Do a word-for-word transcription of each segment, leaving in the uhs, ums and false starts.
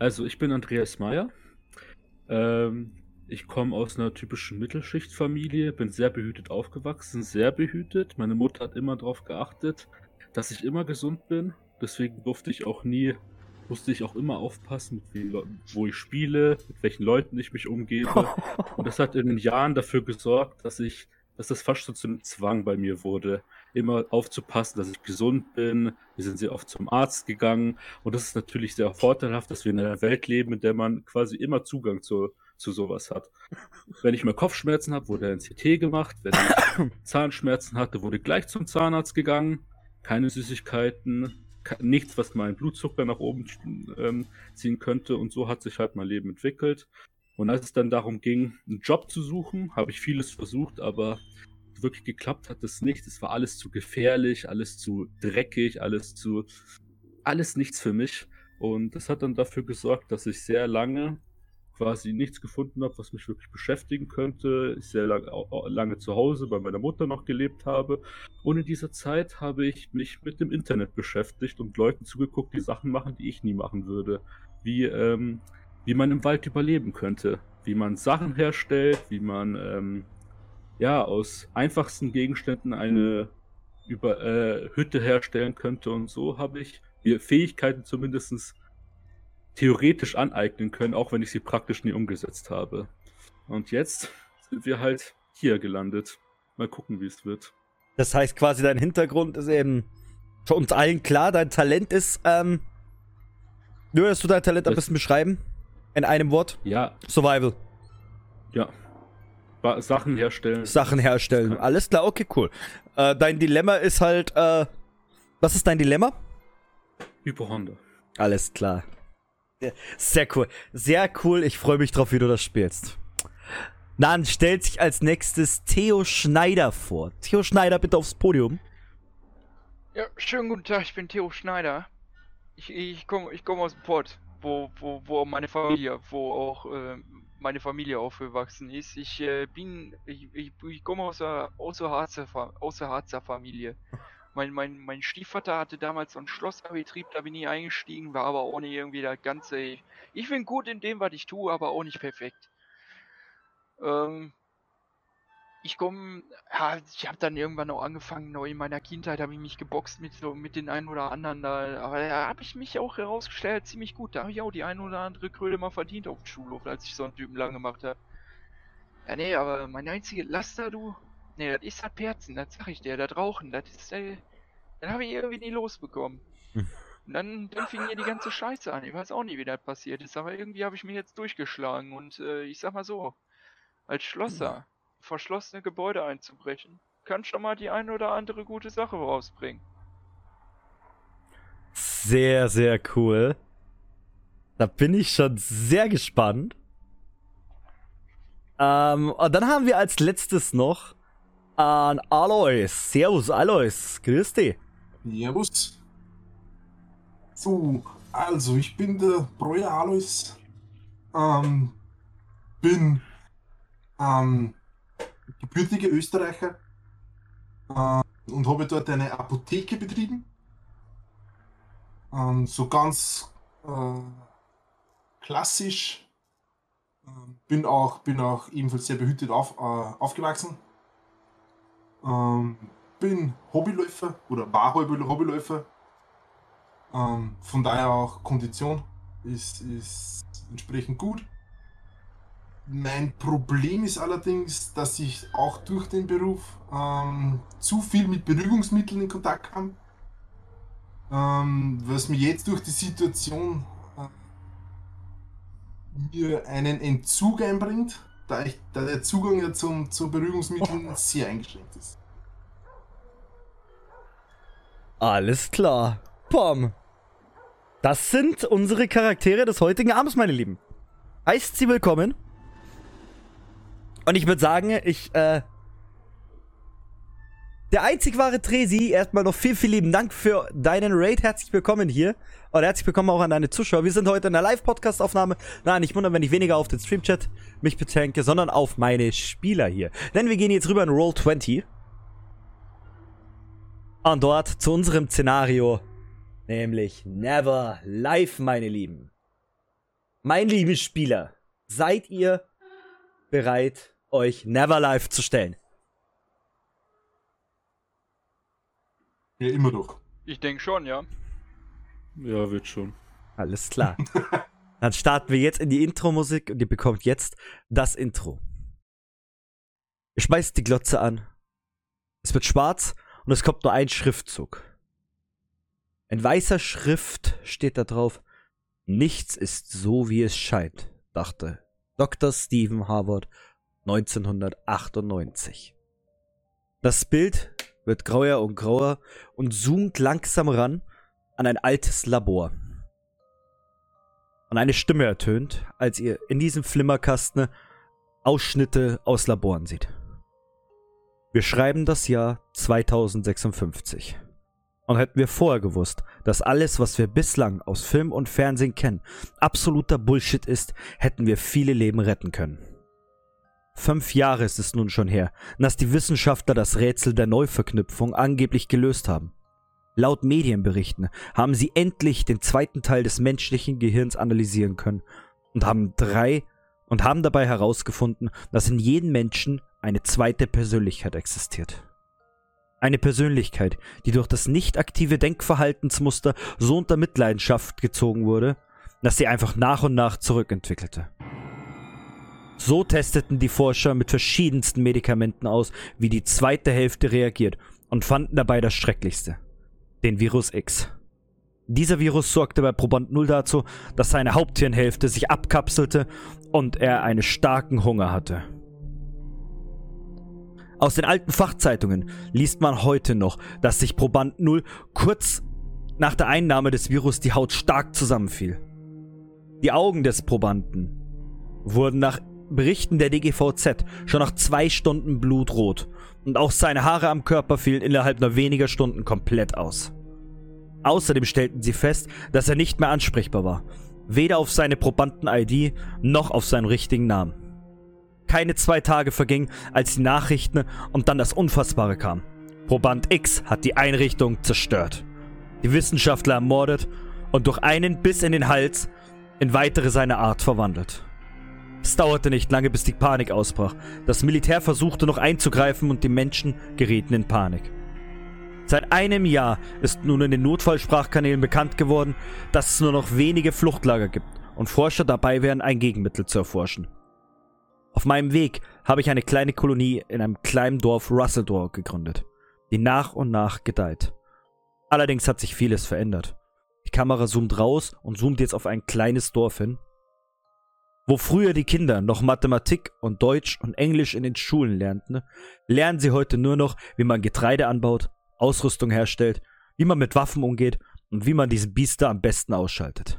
Also ich bin Andreas Meyer. Ähm, ich komme aus einer typischen Mittelschichtfamilie, bin sehr behütet aufgewachsen, sehr behütet. Meine Mutter hat immer darauf geachtet, dass ich immer gesund bin. Deswegen durfte ich auch nie, musste ich auch immer aufpassen, mit wie, Leu- wo ich spiele, mit welchen Leuten ich mich umgebe. Und das hat in den Jahren dafür gesorgt, dass ich, dass das fast schon zu einem Zwang bei mir wurde, immer aufzupassen, dass ich gesund bin. Wir sind sehr oft zum Arzt gegangen. Und das ist natürlich sehr vorteilhaft, dass wir in einer Welt leben, in der man quasi immer Zugang zu, zu sowas hat. Wenn ich mal Kopfschmerzen habe, wurde ein C T gemacht. Wenn ich Zahnschmerzen hatte, wurde gleich zum Zahnarzt gegangen. Keine Süßigkeiten, ke- nichts, was meinen Blutzucker nach oben ähm, ziehen könnte. Und so hat sich halt mein Leben entwickelt. Und als es dann darum ging, einen Job zu suchen, habe ich vieles versucht, aber wirklich geklappt hat es nicht. Es war alles zu gefährlich, alles zu dreckig, alles zu, alles nichts für mich. Und das hat dann dafür gesorgt, dass ich sehr lange quasi nichts gefunden habe, was mich wirklich beschäftigen könnte. Ich sehr lang, au- lange zu Hause bei meiner Mutter noch gelebt habe. Und in dieser Zeit habe ich mich mit dem Internet beschäftigt und Leuten zugeguckt, die Sachen machen, die ich nie machen würde. Wie, ähm, wie man im Wald überleben könnte. Wie man Sachen herstellt, wie man ähm, ja, aus einfachsten Gegenständen eine über, äh, Hütte herstellen könnte. Und so habe ich mir Fähigkeiten zumindest theoretisch aneignen können, auch wenn ich sie praktisch nie umgesetzt habe. Und jetzt sind wir halt hier gelandet. Mal gucken, wie es wird. Das heißt quasi, dein Hintergrund ist eben für uns allen klar. Dein Talent ist, ähm, würdest du dein Talent ein Das, bisschen beschreiben? In einem Wort? ja, Survival. ja. Ba- Sachen herstellen. Sachen Das, das herstellen. kann Alles klar, okay, cool. Äh, dein Dilemma ist halt, äh, was ist dein Dilemma? Hypohonda. Alles klar. Ja, sehr cool. Sehr cool. Ich freue mich drauf, wie du das spielst. Dann stellt sich als nächstes Theo Schneider vor. Theo Schneider, bitte aufs Podium. Ja, schönen guten Tag, ich bin Theo Schneider. Ich, ich komme ich komm aus dem Pott, wo, wo, wo meine Familie, wo auch äh, meine Familie aufgewachsen ist. Ich äh, bin, ich, ich, ich komme aus der, aus der Harzer, Fa- aus der Harzer Familie. Mein, mein, mein Stiefvater hatte damals so einen Schlosserbetrieb, da bin ich eingestiegen, war aber ohne irgendwie das Ganze. Ich bin gut in dem, was ich tue, aber auch nicht perfekt. Ähm, Ich komme, ja, ich habe dann irgendwann auch angefangen, neu in meiner Kindheit habe ich mich geboxt mit so mit den einen oder anderen da, aber da habe ich mich auch herausgestellt, ziemlich gut. Da habe ich auch die ein oder andere Kröte mal verdient auf dem Schulhof, als ich so einen Typen lang gemacht habe. Ja, nee, aber mein einziges Laster, du, nee, das ist das Perzen, das sag ich dir, das Rauchen, das ist, äh, das habe ich irgendwie nie losbekommen. Hm. Und dann, dann fing hier die ganze Scheiße an. Ich weiß auch nie, wie das passiert ist, aber irgendwie habe ich mich jetzt durchgeschlagen und äh, ich sag mal so, als Schlosser verschlossene Gebäude einzubrechen, kann schon mal die eine oder andere gute Sache rausbringen. Sehr, sehr cool. Da bin ich schon sehr gespannt. Ähm, und dann haben wir als letztes noch an Alois. Servus, Alois. Grüß dich. Servus. So, also ich bin der Breuer Alois. Ähm, bin ähm, gebürtiger Österreicher äh, und habe dort eine Apotheke betrieben. Ähm, so ganz äh, klassisch. Ähm, bin auch, bin auch ebenfalls sehr behütet auf, äh, aufgewachsen. Ähm, bin Hobbyläufer oder war Hobby- Hobbyläufer. Ähm, von daher auch Kondition ist, ist entsprechend gut. Mein Problem ist allerdings, dass ich auch durch den Beruf ähm, zu viel mit Beruhigungsmitteln in Kontakt kam. Ähm, was mir jetzt durch die Situation äh, mir einen Entzug einbringt, da, ich, da der Zugang ja zum, zu Beruhigungsmitteln sehr eingeschränkt ist. Alles klar. Pom. Das sind unsere Charaktere des heutigen Abends, meine Lieben. Heißt sie willkommen. Und ich würde sagen, ich, äh... Der einzig wahre Tresi, erstmal noch vielen, vielen lieben Dank für deinen Raid. Herzlich willkommen hier. Und herzlich willkommen auch an deine Zuschauer. Wir sind heute in einer Live-Podcast-Aufnahme. Nein, nicht wundern, wenn ich weniger auf den Stream-Chat mich beschränke, sondern auf meine Spieler hier. Denn wir gehen jetzt rüber in Roll zwanzig. Und dort zu unserem Szenario. Nämlich Never Live, meine Lieben. Mein lieben Spieler, seid ihr bereit, euch Neverlife zu stellen? Ja, immer doch. Ich denke schon, ja. Ja, wird schon. Alles klar. Dann starten wir jetzt in die Intro-Musik und ihr bekommt jetzt das Intro. Ihr schmeißt die Glotze an. Es wird schwarz und es kommt nur ein Schriftzug. In weißer Schrift steht da drauf: Nichts ist so, wie es scheint, dachte Doktor Stephen Harvard neunzehnhundertachtundneunzig. Das Bild wird grauer und grauer und zoomt langsam ran an ein altes Labor. Und eine Stimme ertönt, als ihr in diesem Flimmerkasten Ausschnitte aus Laboren seht. Wir schreiben das Jahr zweitausendsechsundfünfzig. Und hätten wir vorher gewusst, dass alles, was wir bislang aus Film und Fernsehen kennen, absoluter Bullshit ist, hätten wir viele Leben retten können. Fünf Jahre ist es nun schon her, dass die Wissenschaftler das Rätsel der Neuverknüpfung angeblich gelöst haben. Laut Medienberichten haben sie endlich den zweiten Teil des menschlichen Gehirns analysieren können und haben drei und haben dabei herausgefunden, dass in jedem Menschen eine zweite Persönlichkeit existiert. Eine Persönlichkeit, die durch das nicht aktive Denkverhaltensmuster so unter Mitleidenschaft gezogen wurde, dass sie einfach nach und nach zurückentwickelte. So testeten die Forscher mit verschiedensten Medikamenten aus, wie die zweite Hälfte reagiert und fanden dabei das Schrecklichste: den Virus X. Dieser Virus sorgte bei Proband null dazu, dass seine Haupthirnhälfte sich abkapselte und er einen starken Hunger hatte. Aus den alten Fachzeitungen liest man heute noch, dass sich Proband null kurz nach der Einnahme des Virus die Haut stark zusammenfiel. Die Augen des Probanden wurden nach Berichten der D G V Z schon nach zwei Stunden blutrot und auch seine Haare am Körper fielen innerhalb nur weniger Stunden komplett aus. Außerdem stellten sie fest, dass er nicht mehr ansprechbar war, weder auf seine Probanden-I D noch auf seinen richtigen Namen. Keine zwei Tage vergingen, als die Nachrichten und dann das Unfassbare kamen. Proband X hat die Einrichtung zerstört, die Wissenschaftler ermordet und durch einen Biss in den Hals in weitere seiner Art verwandelt. Es dauerte nicht lange, bis die Panik ausbrach. Das Militär versuchte noch einzugreifen und die Menschen gerieten in Panik. Seit einem Jahr ist nun in den Notfallsprachkanälen bekannt geworden, dass es nur noch wenige Fluchtlager gibt und Forscher dabei wären, ein Gegenmittel zu erforschen. Auf meinem Weg habe ich eine kleine Kolonie in einem kleinen Dorf Russeldor gegründet, die nach und nach gedeiht. Allerdings hat sich vieles verändert. Die Kamera zoomt raus und zoomt jetzt auf ein kleines Dorf hin. Wo früher die Kinder noch Mathematik und Deutsch und Englisch in den Schulen lernten, lernen sie heute nur noch, wie man Getreide anbaut, Ausrüstung herstellt, wie man mit Waffen umgeht und wie man diese Biester am besten ausschaltet.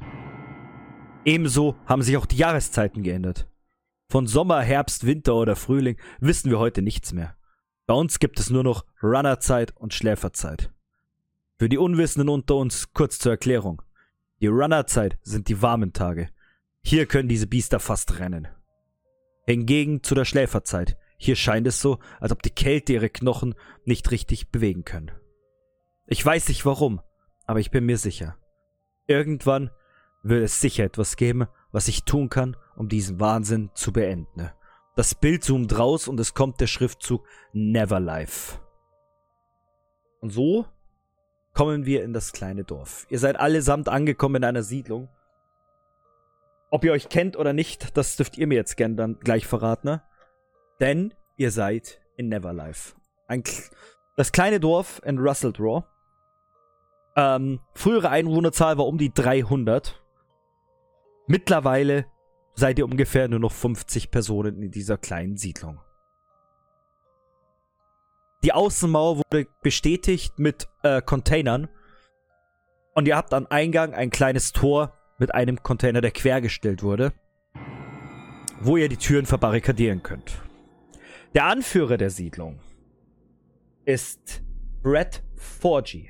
Ebenso haben sich auch die Jahreszeiten geändert. Von Sommer, Herbst, Winter oder Frühling wissen wir heute nichts mehr. Bei uns gibt es nur noch Runnerzeit und Schläferzeit. Für die Unwissenden unter uns kurz zur Erklärung. Die Runnerzeit sind die warmen Tage. Hier können diese Biester fast rennen. Hingegen zu der Schläferzeit. Hier scheint es so, als ob die Kälte ihre Knochen nicht richtig bewegen können. Ich weiß nicht warum, aber ich bin mir sicher. Irgendwann wird es sicher etwas geben, was ich tun kann, um diesen Wahnsinn zu beenden. Das Bild zoomt raus und es kommt der Schriftzug Neverlife. Und so kommen wir in das kleine Dorf. Ihr seid allesamt angekommen in einer Siedlung. Ob ihr euch kennt oder nicht, das dürft ihr mir jetzt gerne dann gleich verraten. Ne? Denn ihr seid in Neverlife. Ein, das kleine Dorf in Russeldor. Ähm, frühere Einwohnerzahl war um die dreihundert. Mittlerweile seid ihr ungefähr nur noch fünfzig Personen in dieser kleinen Siedlung. Die Außenmauer wurde bestätigt mit äh, Containern. Und ihr habt am Eingang ein kleines Tor mit einem Container, der quergestellt wurde, wo ihr die Türen verbarrikadieren könnt. Der Anführer der Siedlung ist Brett Forgy.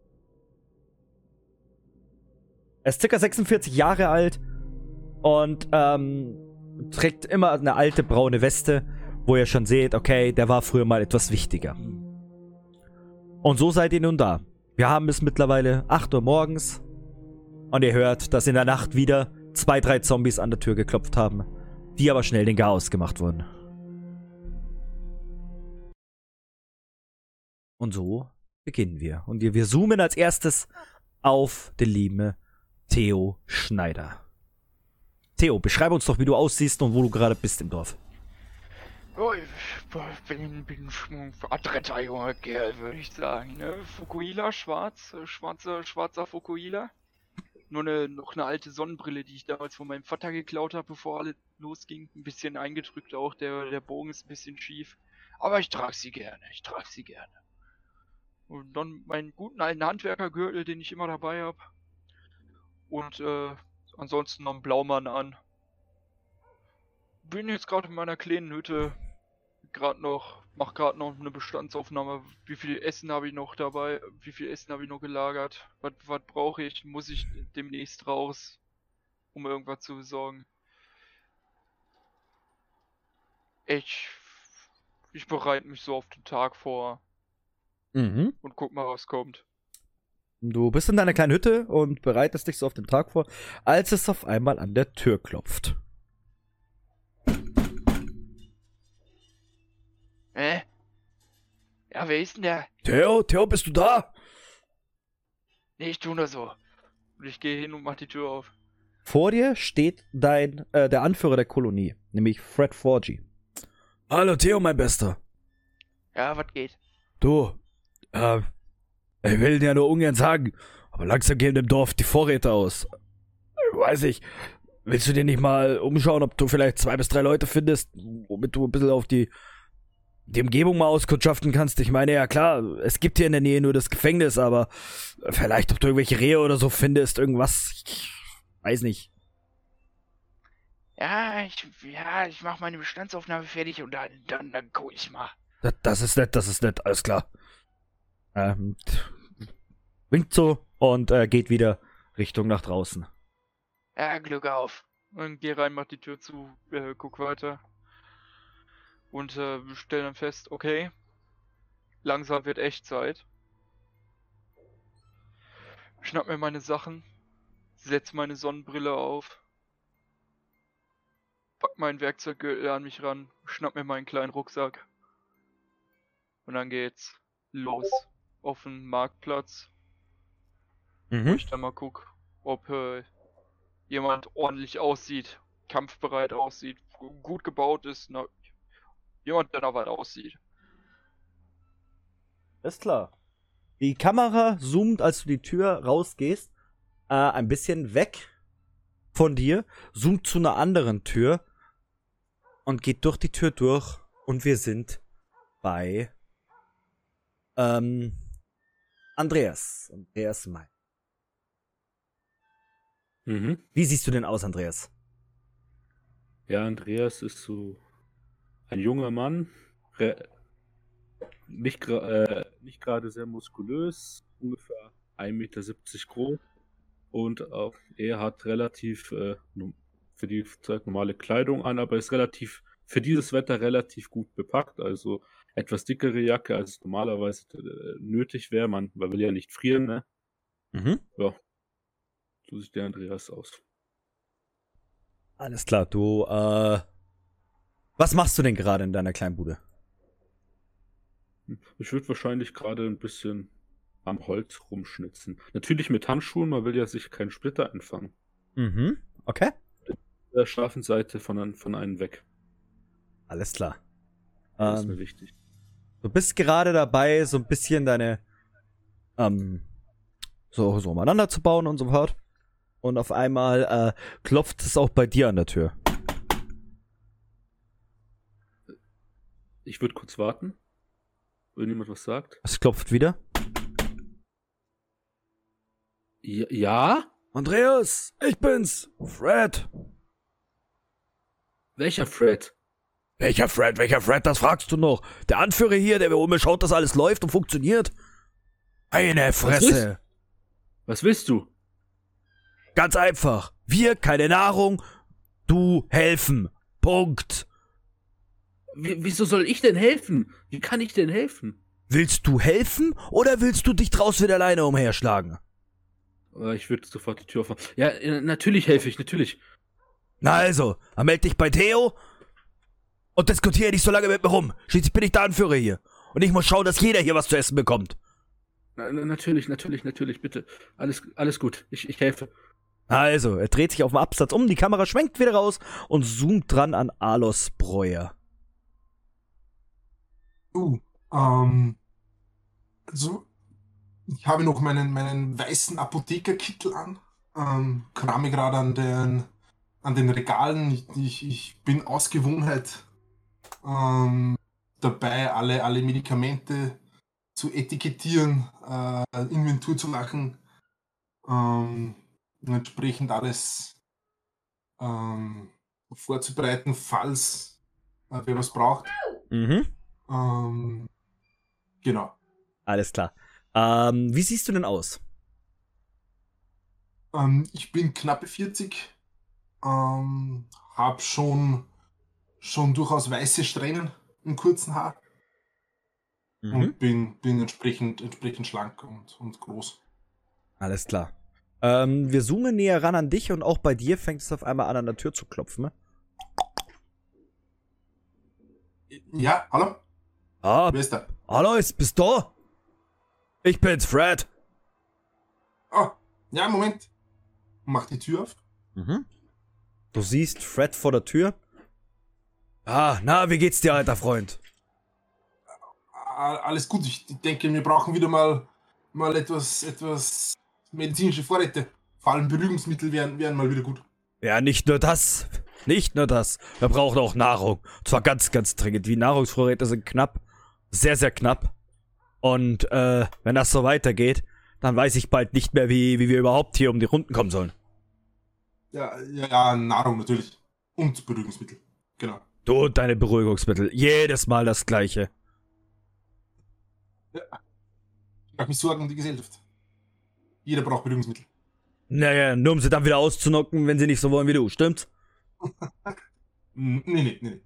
Er ist ca. sechsundvierzig Jahre alt und ähm, trägt immer eine alte braune Weste, wo ihr schon seht, okay, der war früher mal etwas wichtiger. Und so seid ihr nun da. Wir haben es mittlerweile acht Uhr morgens und ihr hört, dass in der Nacht wieder zwei, drei Zombies an der Tür geklopft haben, die aber schnell den Chaos gemacht wurden. Und so beginnen wir. Und wir, wir zoomen als erstes auf den lieben Theo Schneider. Theo, beschreib uns doch, wie du aussiehst und wo du gerade bist im Dorf. Oh, ich bin, bin ein adretter junger Kerl, würde ich sagen. Ne? Fukuhila, schwarz, äh, schwarzer, schwarzer Fukuhila. Nur eine, noch eine alte Sonnenbrille, die ich damals von meinem Vater geklaut habe, bevor alles losging. Ein bisschen eingedrückt auch, der, der Bogen ist ein bisschen schief. Aber ich trage sie gerne, ich trage sie gerne. Und dann meinen guten alten Handwerkergürtel, den ich immer dabei habe. Und äh, ansonsten noch einen Blaumann an. Bin jetzt gerade in meiner kleinen Hütte. Gerade noch, mach gerade noch eine Bestandsaufnahme. Wie viel Essen habe ich noch dabei? Wie viel Essen habe ich noch gelagert? Was, was brauche ich? Muss ich demnächst raus, um irgendwas zu besorgen? Ich, ich bereite mich so auf den Tag vor. Mhm. Und guck mal, was kommt. Du bist in deiner kleinen Hütte und bereitest dich so auf den Tag vor, als es auf einmal an der Tür klopft. Hä? Ja, wer ist denn der? Theo, Theo, bist du da? Nee, ich tu nur so. Und ich gehe hin und mach die Tür auf. Vor dir steht dein, äh, der Anführer der Kolonie, nämlich Fred Forgy. Hallo Theo, mein Bester. Ja, was geht? Du, äh, ich will dir ja nur ungern sagen, aber langsam gehen im Dorf die Vorräte aus. Weiß ich, willst du dir nicht mal umschauen, ob du vielleicht zwei bis drei Leute findest, womit du ein bisschen auf die, die Umgebung mal auskundschaften kannst? Ich meine, ja klar, es gibt hier in der Nähe nur das Gefängnis, aber vielleicht, ob du irgendwelche Rehe oder so findest, irgendwas, ich weiß nicht. Ja, ich, ja, ich mach meine Bestandsaufnahme fertig und dann, dann, dann guck ich mal. Das, das ist nett, das ist nett, alles klar. Ähm, winkt so und äh, geht wieder Richtung nach draußen. Ja, Glück auf. Und geh rein, mach die Tür zu, äh, guck weiter. Und äh, stell dann fest, okay, langsam wird Echtzeit. Schnapp mir meine Sachen, setz meine Sonnenbrille auf, pack meinen Werkzeuggürtel an mich ran, schnapp mir meinen kleinen Rucksack. Und dann geht's los auf den Marktplatz, wo Mhm. ich dann mal guck, ob äh, jemand ordentlich aussieht, kampfbereit aussieht, gu- gut gebaut ist, na, jemand, der da weit aussieht. Ist klar. Die Kamera zoomt, als du die Tür rausgehst, äh, ein bisschen weg von dir, zoomt zu einer anderen Tür und geht durch die Tür durch und wir sind bei ähm, Andreas. Andreas May. Mhm. Wie siehst du denn aus, Andreas? Ja, Andreas ist so ein junger Mann, re nicht, gra äh, nicht gerade sehr muskulös, ungefähr ein Meter siebzig groß und auch er hat relativ äh, nu- für die Zeit normale Kleidung an, aber ist relativ für dieses Wetter relativ gut bepackt, also etwas dickere Jacke, als es normalerweise äh, nötig wäre. Man, man will ja nicht frieren, ne? Mhm. Ja, so sieht der Andreas aus. Alles klar, du, äh, was machst du denn gerade in deiner kleinen Bude? Ich würde wahrscheinlich gerade ein bisschen am Holz rumschnitzen. Natürlich mit Handschuhen, man will ja sich keinen Splitter einfangen. Mhm, okay. Der scharfen Seite von, ein, von einem weg. Alles klar. Das ist mir Ähm, wichtig. du bist gerade dabei, so ein bisschen deine, ähm, so, so umeinander zu bauen und so fort. Und auf einmal, äh, klopft es auch bei dir an der Tür. Ich würde kurz warten, wenn jemand was sagt. Es klopft wieder. Ja? ja? Andreas, ich bin's, Fred. Welcher Fred? Welcher Fred, welcher Fred, das fragst du noch. Der Anführer hier, der mir schaut, dass alles läuft und funktioniert. Eine Fresse. Was willst du? Ganz einfach. Wir keine Nahrung, du helfen. Punkt. Wie, wieso soll ich denn helfen? Wie kann ich denn helfen? Willst du helfen oder willst du dich draußen wieder alleine umherschlagen? Äh, Ich würde sofort die Tür aufmachen. Ja, äh, natürlich helfe ich, natürlich. Na also, dann meld dich bei Theo und diskutiere nicht so lange mit mir rum. Schließlich bin ich der Anführer hier. Und ich muss schauen, dass jeder hier was zu essen bekommt. Na, na, natürlich, natürlich, natürlich, bitte. Alles, alles gut. Ich, ich helfe. Also, er dreht sich auf dem Absatz um, die Kamera schwenkt wieder raus und zoomt dran an Alos Breuer. Uh, ähm, also, ich habe noch meinen, meinen weißen Apothekerkittel an. Ähm, krame gerade an den, an den Regalen. Ich, ich, ich bin aus Gewohnheit ähm, dabei, alle, alle Medikamente zu etikettieren, äh, Inventur zu machen. Ähm, und entsprechend alles ähm, vorzubereiten, falls äh, wer was braucht. Mhm. Ähm, genau. Alles klar. Ähm, wie siehst du denn aus? Ähm, ich bin knappe vierzig, ähm, habe schon, schon durchaus weiße Strähnen im kurzen Haar Mhm. und bin, bin entsprechend, entsprechend schlank und, und groß. Alles klar. Ähm, wir zoomen näher ran an dich und auch bei dir fängt es auf einmal an, an der Tür zu klopfen. Ne? Ja, hallo? Ah, Wer ist da? Alois, bist du? Ich bin's, Fred. Oh, ja, Moment. Mach die Tür auf. Mhm. Du siehst Fred vor der Tür. Ah, na, wie geht's dir, alter Freund? Ah, alles gut, ich denke, wir brauchen wieder mal, mal etwas, etwas medizinische Vorräte. Vor allem Beruhigungsmittel wären, wären mal wieder gut. Ja, nicht nur das. Nicht nur das. Wir brauchen auch Nahrung. Und zwar ganz, ganz dringend. Die Nahrungsvorräte sind knapp. Sehr, sehr knapp. Und äh, wenn das so weitergeht, dann weiß ich bald nicht mehr, wie, wie wir überhaupt hier um die Runden kommen sollen. Ja, ja, ja, Nahrung natürlich. Und Beruhigungsmittel. Genau. Du und deine Beruhigungsmittel. Jedes Mal das Gleiche. Ich mache mich Sorgen um die Gesellschaft. Jeder braucht Beruhigungsmittel. Naja, nur um sie dann wieder auszunocken, wenn sie nicht so wollen wie du, stimmt's? Nee, nee, nee, nee.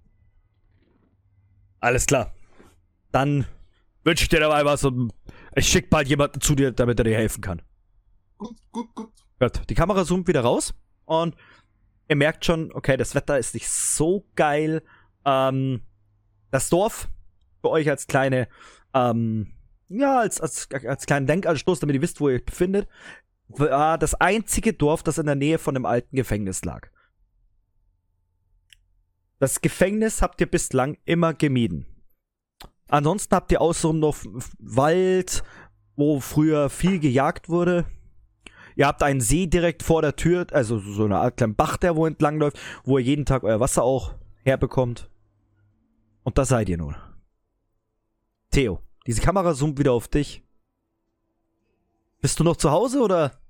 Alles klar. Dann wünsche ich dir dabei was und ich schick bald jemanden zu dir, damit er dir helfen kann. Gut, gut, gut. Gut, die Kamera zoomt wieder raus und ihr merkt schon, okay, das Wetter ist nicht so geil. Ähm, das Dorf für euch als kleine, ähm, ja, als, als, als kleinen Denkanstoß, damit ihr wisst, wo ihr euch befindet, war das einzige Dorf, das in der Nähe von dem alten Gefängnis lag. Das Gefängnis habt ihr bislang immer gemieden. Ansonsten habt ihr außenrum noch Wald, wo früher viel gejagt wurde. Ihr habt einen See direkt vor der Tür, also so eine Art kleinen Bach, der wo entlang läuft, wo ihr jeden Tag euer Wasser auch herbekommt. Und da seid ihr nun. Theo, diese Kamera zoomt wieder auf dich. Bist du noch zu Hause oder?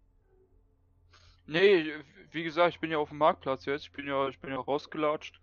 Nee, wie gesagt, ich bin ja auf dem Marktplatz jetzt. Ich bin ja, ich bin ja rausgelatscht.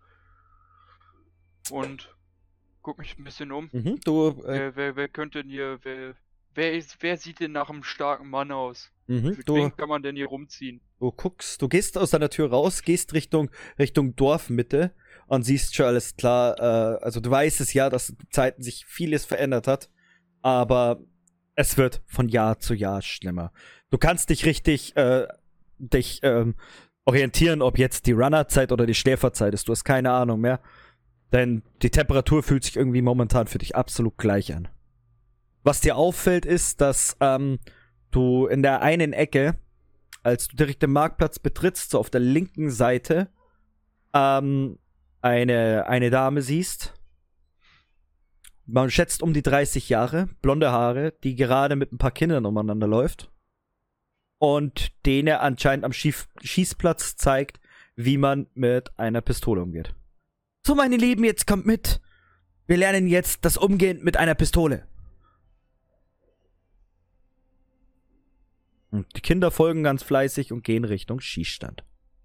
Und guck mich ein bisschen um. Mhm, du, äh, Wer, wer, wer könnte denn hier, wer, wer ist, wer sieht denn nach einem starken Mann aus? mhm, Für du, wen kann man denn hier rumziehen? du guckst, du gehst aus deiner Tür raus, gehst Richtung, Richtung Dorfmitte und siehst schon alles klar, äh, also du weißt es ja, dass in Zeiten sich vieles verändert hat, aber es wird von Jahr zu Jahr schlimmer. Du kannst dich richtig, äh, dich, ähm, orientieren, ob jetzt die Runnerzeit oder die Schläferzeit ist. Du hast keine Ahnung mehr. Denn die Temperatur fühlt sich irgendwie momentan für dich absolut gleich an. Was dir auffällt, ist, dass ähm, du in der einen Ecke, als du direkt den Marktplatz betrittst, so auf der linken Seite, ähm, eine, eine Dame siehst. Man schätzt um die dreißig Jahre, blonde Haare, die gerade mit ein paar Kindern umeinander läuft. Und denen er anscheinend am Schieß- Schießplatz zeigt, wie man mit einer Pistole umgeht. So, meine Lieben, jetzt kommt mit. Wir lernen jetzt das Umgehen mit einer Pistole. Und die Kinder folgen ganz fleißig und gehen Richtung Schießstand.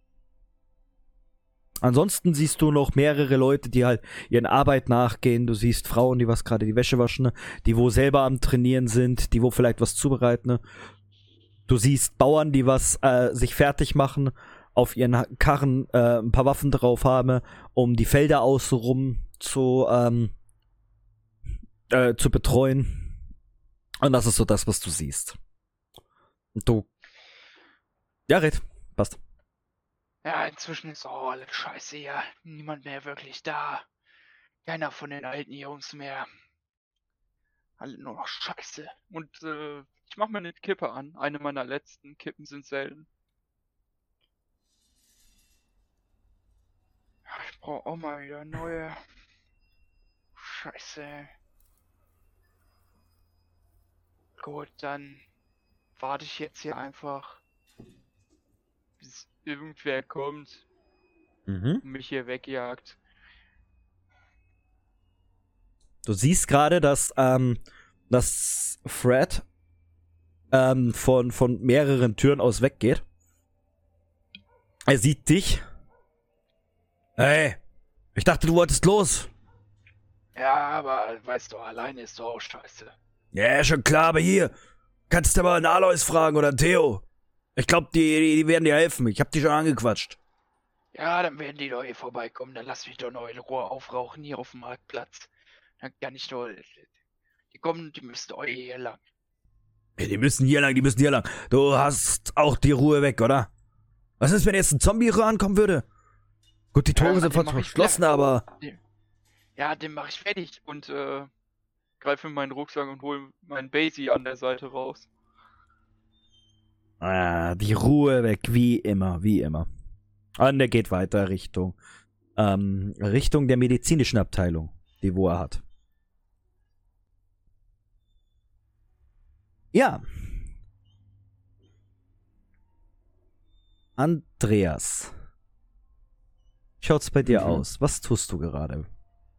Ansonsten siehst du noch mehrere Leute, die halt ihren Arbeit nachgehen. Du siehst Frauen, die was gerade die Wäsche waschen, die wo selber am Trainieren sind, die wo vielleicht was zubereiten. Du siehst Bauern, die was äh, sich fertig machen, auf ihren Karren äh, ein paar Waffen drauf haben, um die Felder außenrum zu, ähm, äh, zu betreuen. Und das ist so das, was du siehst. Und du Ja, red. Passt. Ja, inzwischen ist auch alles scheiße hier. Niemand mehr wirklich da. Keiner von den alten Jungs mehr. Alle nur noch scheiße. Und äh, ich mach mir eine Kippe an. Eine meiner letzten Kippen sind selten. Ja, ich brauche auch mal wieder neue. Scheiße. Gut, dann warte ich jetzt hier einfach, bis irgendwer kommt Mhm. und mich hier wegjagt. Du siehst gerade, dass, ähm, dass Fred ähm, von, von mehreren Türen aus weggeht. Er sieht dich. Hey, ich dachte, du wolltest los. Ja, aber weißt du, alleine ist doch auch scheiße. Ja, schon klar, aber hier. Kannst du mal einen Alois fragen oder einen Theo. Ich glaube, die, die, die werden dir helfen. Ich hab die schon angequatscht. Ja, dann werden die doch hier vorbeikommen. Dann lass mich doch noch in Ruhe aufrauchen hier auf dem Marktplatz. Dann kann ich doch... Die kommen, die müssen doch hier lang. Ja, die müssen hier lang, die müssen hier lang. Du hast auch die Ruhe weg, oder? Was ist, wenn jetzt ein Zombie rankommen würde? Gut, die Tore Ja, sind den mach ich verschlossen, klar. aber... Den, ja, den mache ich fertig und äh, greife in meinen Rucksack und hole meinen Basie an der Seite raus. Ah, die Ruhe weg, wie immer, wie immer. Und er geht weiter Richtung, ähm, Richtung der medizinischen Abteilung, die wo er hat. Ja. Andreas. Schaut's bei dir Mhm. aus? Was tust du gerade?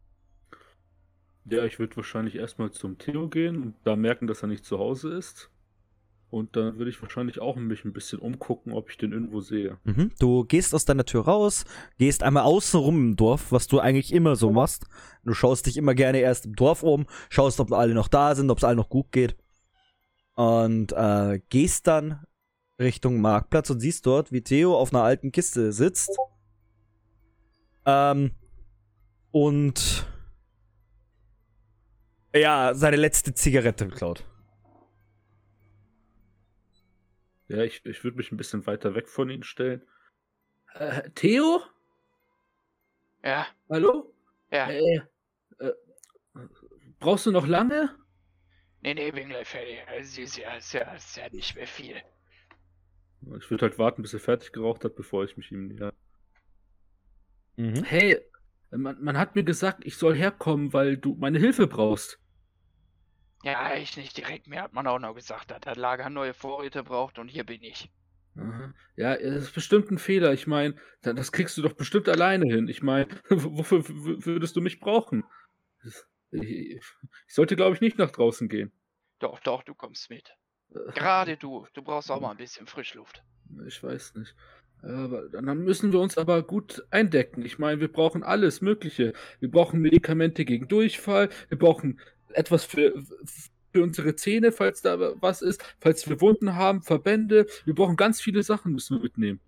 Ja, ich würde wahrscheinlich erstmal zum Theo gehen und da merken, dass er nicht zu Hause ist. Und dann würde ich wahrscheinlich auch mich ein bisschen umgucken, ob ich den irgendwo sehe. Mhm. Du gehst aus deiner Tür raus, gehst einmal außen rum im Dorf, was du eigentlich immer so machst. Du schaust dich immer gerne erst im Dorf um, schaust, ob alle noch da sind, ob es allen noch gut geht. Und äh, gehst dann Richtung Marktplatz und siehst dort, wie Theo auf einer alten Kiste sitzt. Ähm, und ja, seine letzte Zigarette klaut. Ja, ich, ich würde mich ein bisschen weiter weg von ihm stellen. Äh, Theo? Ja, Hallo? ja. Äh, äh, brauchst du noch lange? Nee, nee, bin gleich fertig. Es ist ja, ist ja, ist ja nicht mehr viel. Ich würde halt warten, bis er fertig geraucht hat, bevor ich mich ihm näher. Mhm. Hey, man, man hat mir gesagt, ich soll herkommen, weil du meine Hilfe brauchst. Ja, ich nicht direkt. Mir hat man auch noch gesagt, dass das Lager neue Vorräte braucht und hier bin ich. Aha. Ja, das ist bestimmt ein Fehler. Ich meine, das kriegst du doch bestimmt alleine hin. Ich meine, wofür w- würdest du mich brauchen? Ich, ich sollte, glaube ich, nicht nach draußen gehen. Doch, doch, du kommst mit. Äh, Gerade du. Du brauchst auch mal ein bisschen Frischluft. Ich weiß nicht. Aber dann müssen wir uns aber gut eindecken. Ich meine, wir brauchen alles Mögliche. Wir brauchen Medikamente gegen Durchfall. Wir brauchen etwas für, für unsere Zähne, falls da was ist. Falls wir Wunden haben, Verbände. Wir brauchen ganz viele Sachen, müssen wir mitnehmen.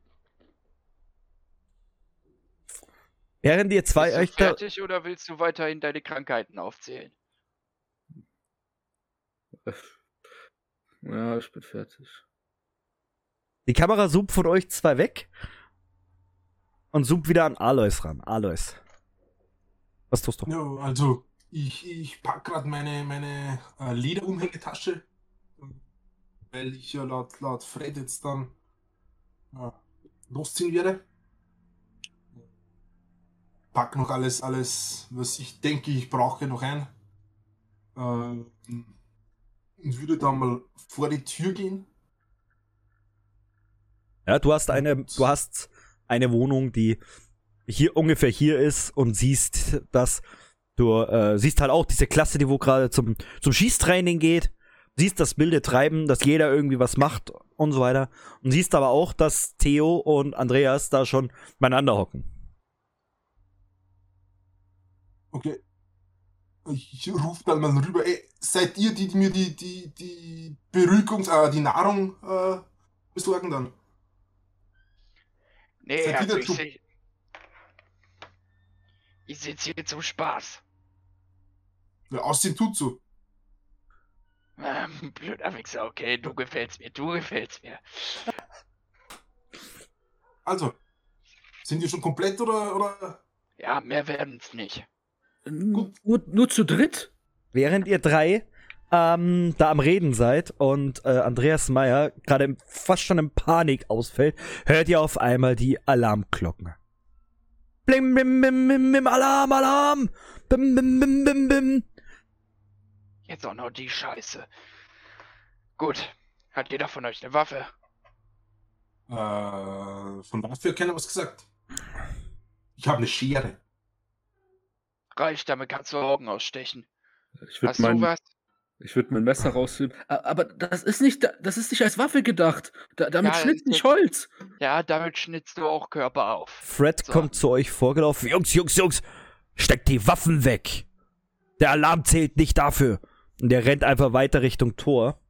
Während ihr zwei Bist du euch da... fertig oder willst du weiterhin deine Krankheiten aufzählen? Ja, ich bin fertig. Die Kamera zoomt von euch zwei weg und zoomt wieder an Alois ran. Alois. Was tust du? Ja, also ich, ich pack gerade meine, meine äh, Lederumhängetasche, weil ich ja laut, laut Fred jetzt dann äh, losziehen werde. Pack noch alles, alles, was ich denke, ich brauche, noch ein. Äh, und würde dann mal vor die Tür gehen. Ja, du hast eine, du hast eine Wohnung, die hier ungefähr hier ist und siehst, dass du äh, siehst halt auch diese Klasse, die wo gerade zum zum Schießtraining geht. Siehst das wilde Treiben, dass jeder irgendwie was macht und so weiter. Und siehst aber auch, dass Theo und Andreas da schon beieinander hocken. Okay. Ich rufe dann mal rüber, ey, seid ihr, die, die mir die, die, die Beruhigungs-, äh, die Nahrung äh, besorgen dann? Nee, Seid ihr also der ich, Trupp? seh- ich sitze hier zum Spaß. Ja, aussehen tut so. Ähm, blöder Wichser, okay, du gefällst mir, du gefällst mir. Also, sind wir schon komplett oder, oder? Ja, mehr werden es nicht. N- Nur, nur zu dritt? Während ihr drei ähm, da am Reden seid und äh, Andreas Meyer gerade fast schon in Panik ausfällt, hört ihr auf einmal die Alarmglocken. Blim, bim, bim, bim, bim, Alarm, Alarm! Bim, bim, bim, bim, bim. Jetzt auch noch die Scheiße. Gut. Hat jeder von euch eine Waffe? Äh, von Waffe hat keiner was gesagt. Ich habe eine Schere. Reicht, damit kannst du Augen ausstechen. Ich würde Hast du mein, was? ich würd mein Messer rausnehmen. A- Aber das ist nicht, das ist nicht als Waffe gedacht. Da, damit Ja, schnitzt das- nicht Holz. Ja, damit schnitzt du auch Körper auf. Fred So. kommt zu euch vorgelaufen. Jungs, Jungs, Jungs, steckt die Waffen weg. Der Alarm zählt nicht dafür. Und der rennt einfach weiter Richtung Tor.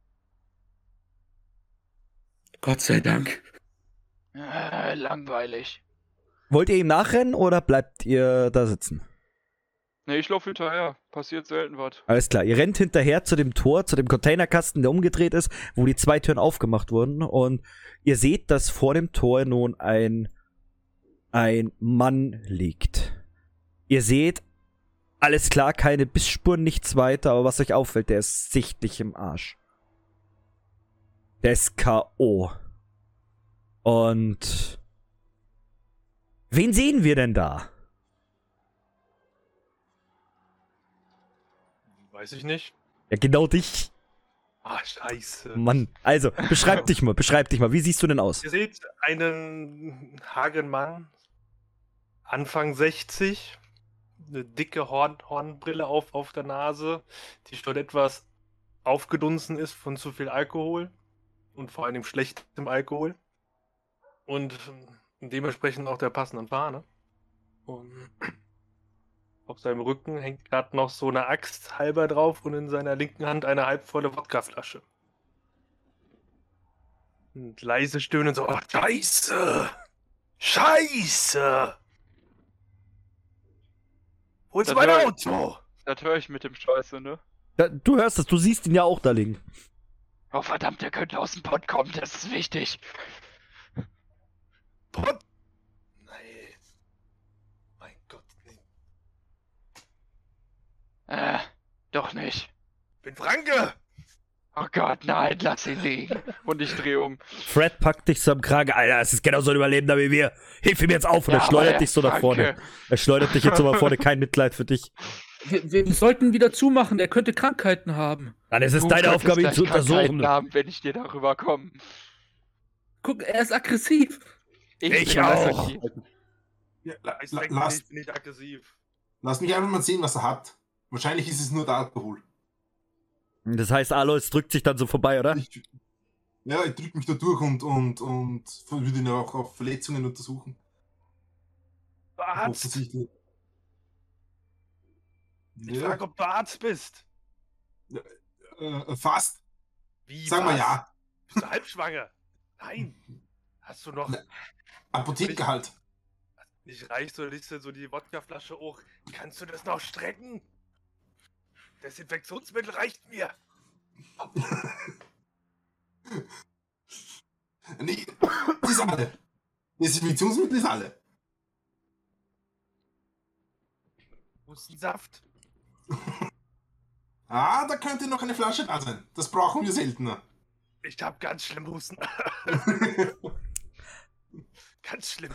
Gott sei Dank. Äh, langweilig. Wollt ihr ihm nachrennen oder bleibt ihr da sitzen? Ne, ich laufe hinterher. Passiert selten was. Alles klar, ihr rennt hinterher zu dem Tor, zu dem Containerkasten, der umgedreht ist, wo die zwei Türen aufgemacht wurden. Und ihr seht, dass vor dem Tor nun ein, ein Mann liegt. Ihr seht, alles klar, keine Bissspuren, nichts weiter, aber was euch auffällt, der ist sichtlich im Arsch. Der ist K O. Und wen sehen wir denn da? Weiß ich nicht. Ja, genau dich. Ah, scheiße. Mann, also, beschreib dich mal, beschreib dich mal. Wie siehst du denn aus? Ihr seht einen hageren Mann, Anfang sechzig, eine dicke Horn Hornbrille auf, auf der Nase, die schon etwas aufgedunsen ist von zu viel Alkohol und vor allem schlechtem Alkohol und dementsprechend auch der passenden Fahne. Und auf seinem Rücken hängt gerade noch so eine Axt halber drauf und in seiner linken Hand eine halbvolle Wodkaflasche. Und leise stöhnen so, oh, Scheiße! Scheiße! Wo ist Das mein hör ich. Auto? Das höre ich mit dem Scheiße, ne? Da, du hörst es, du siehst ihn ja auch da liegen. Oh verdammt, der könnte aus dem Pott kommen, das ist wichtig. Pott! Nein. Mein Gott, nee. Äh, doch nicht. Bin Franke! Oh Gott, nein, lass ihn liegen. Und ich drehe um. Fred packt dich so am Kragen. Alter, es ist genauso ein Überlebender wie wir. Hilf ihm jetzt auf und Ja, er schleudert aber dich so nach Franke. vorne. Er schleudert dich jetzt so nach vorne. Kein Mitleid für dich. Wir, wir sollten wieder zumachen, der könnte Krankheiten haben. Dann ist es Du deine könntest Aufgabe, ihn gleich zu Krankheiten untersuchen. haben, wenn ich dir darüber komme. Guck, er ist aggressiv. Ich bin auch. aggressiv. Ja, la, Ich la, denke, lass, ich bin nicht aggressiv. lass mich einfach mal sehen, was er hat. Wahrscheinlich ist es nur der Alkohol. Das heißt, Alois drückt sich dann so vorbei, oder? Ich, ja, ich drücke mich da durch und, und, und würde ihn auch auf Verletzungen untersuchen. Arzt! Offensichtlich. Ich Ja, frage, ob du Arzt bist. äh, fast. Wie, Sagen wir was? ja. Bist du halbschwanger? Nein. Hast du noch Ne. Apotheker halt. nicht reicht, so legst du so die Wodkaflasche hoch. Kannst du das noch strecken? Desinfektionsmittel reicht mir. Nee, das ist alle. Desinfektionsmittel ist alle. Hustensaft. Ah, da könnte noch eine Flasche da sein. Das brauchen wir seltener. Ich hab ganz schlimm Husten. Ganz schlimm.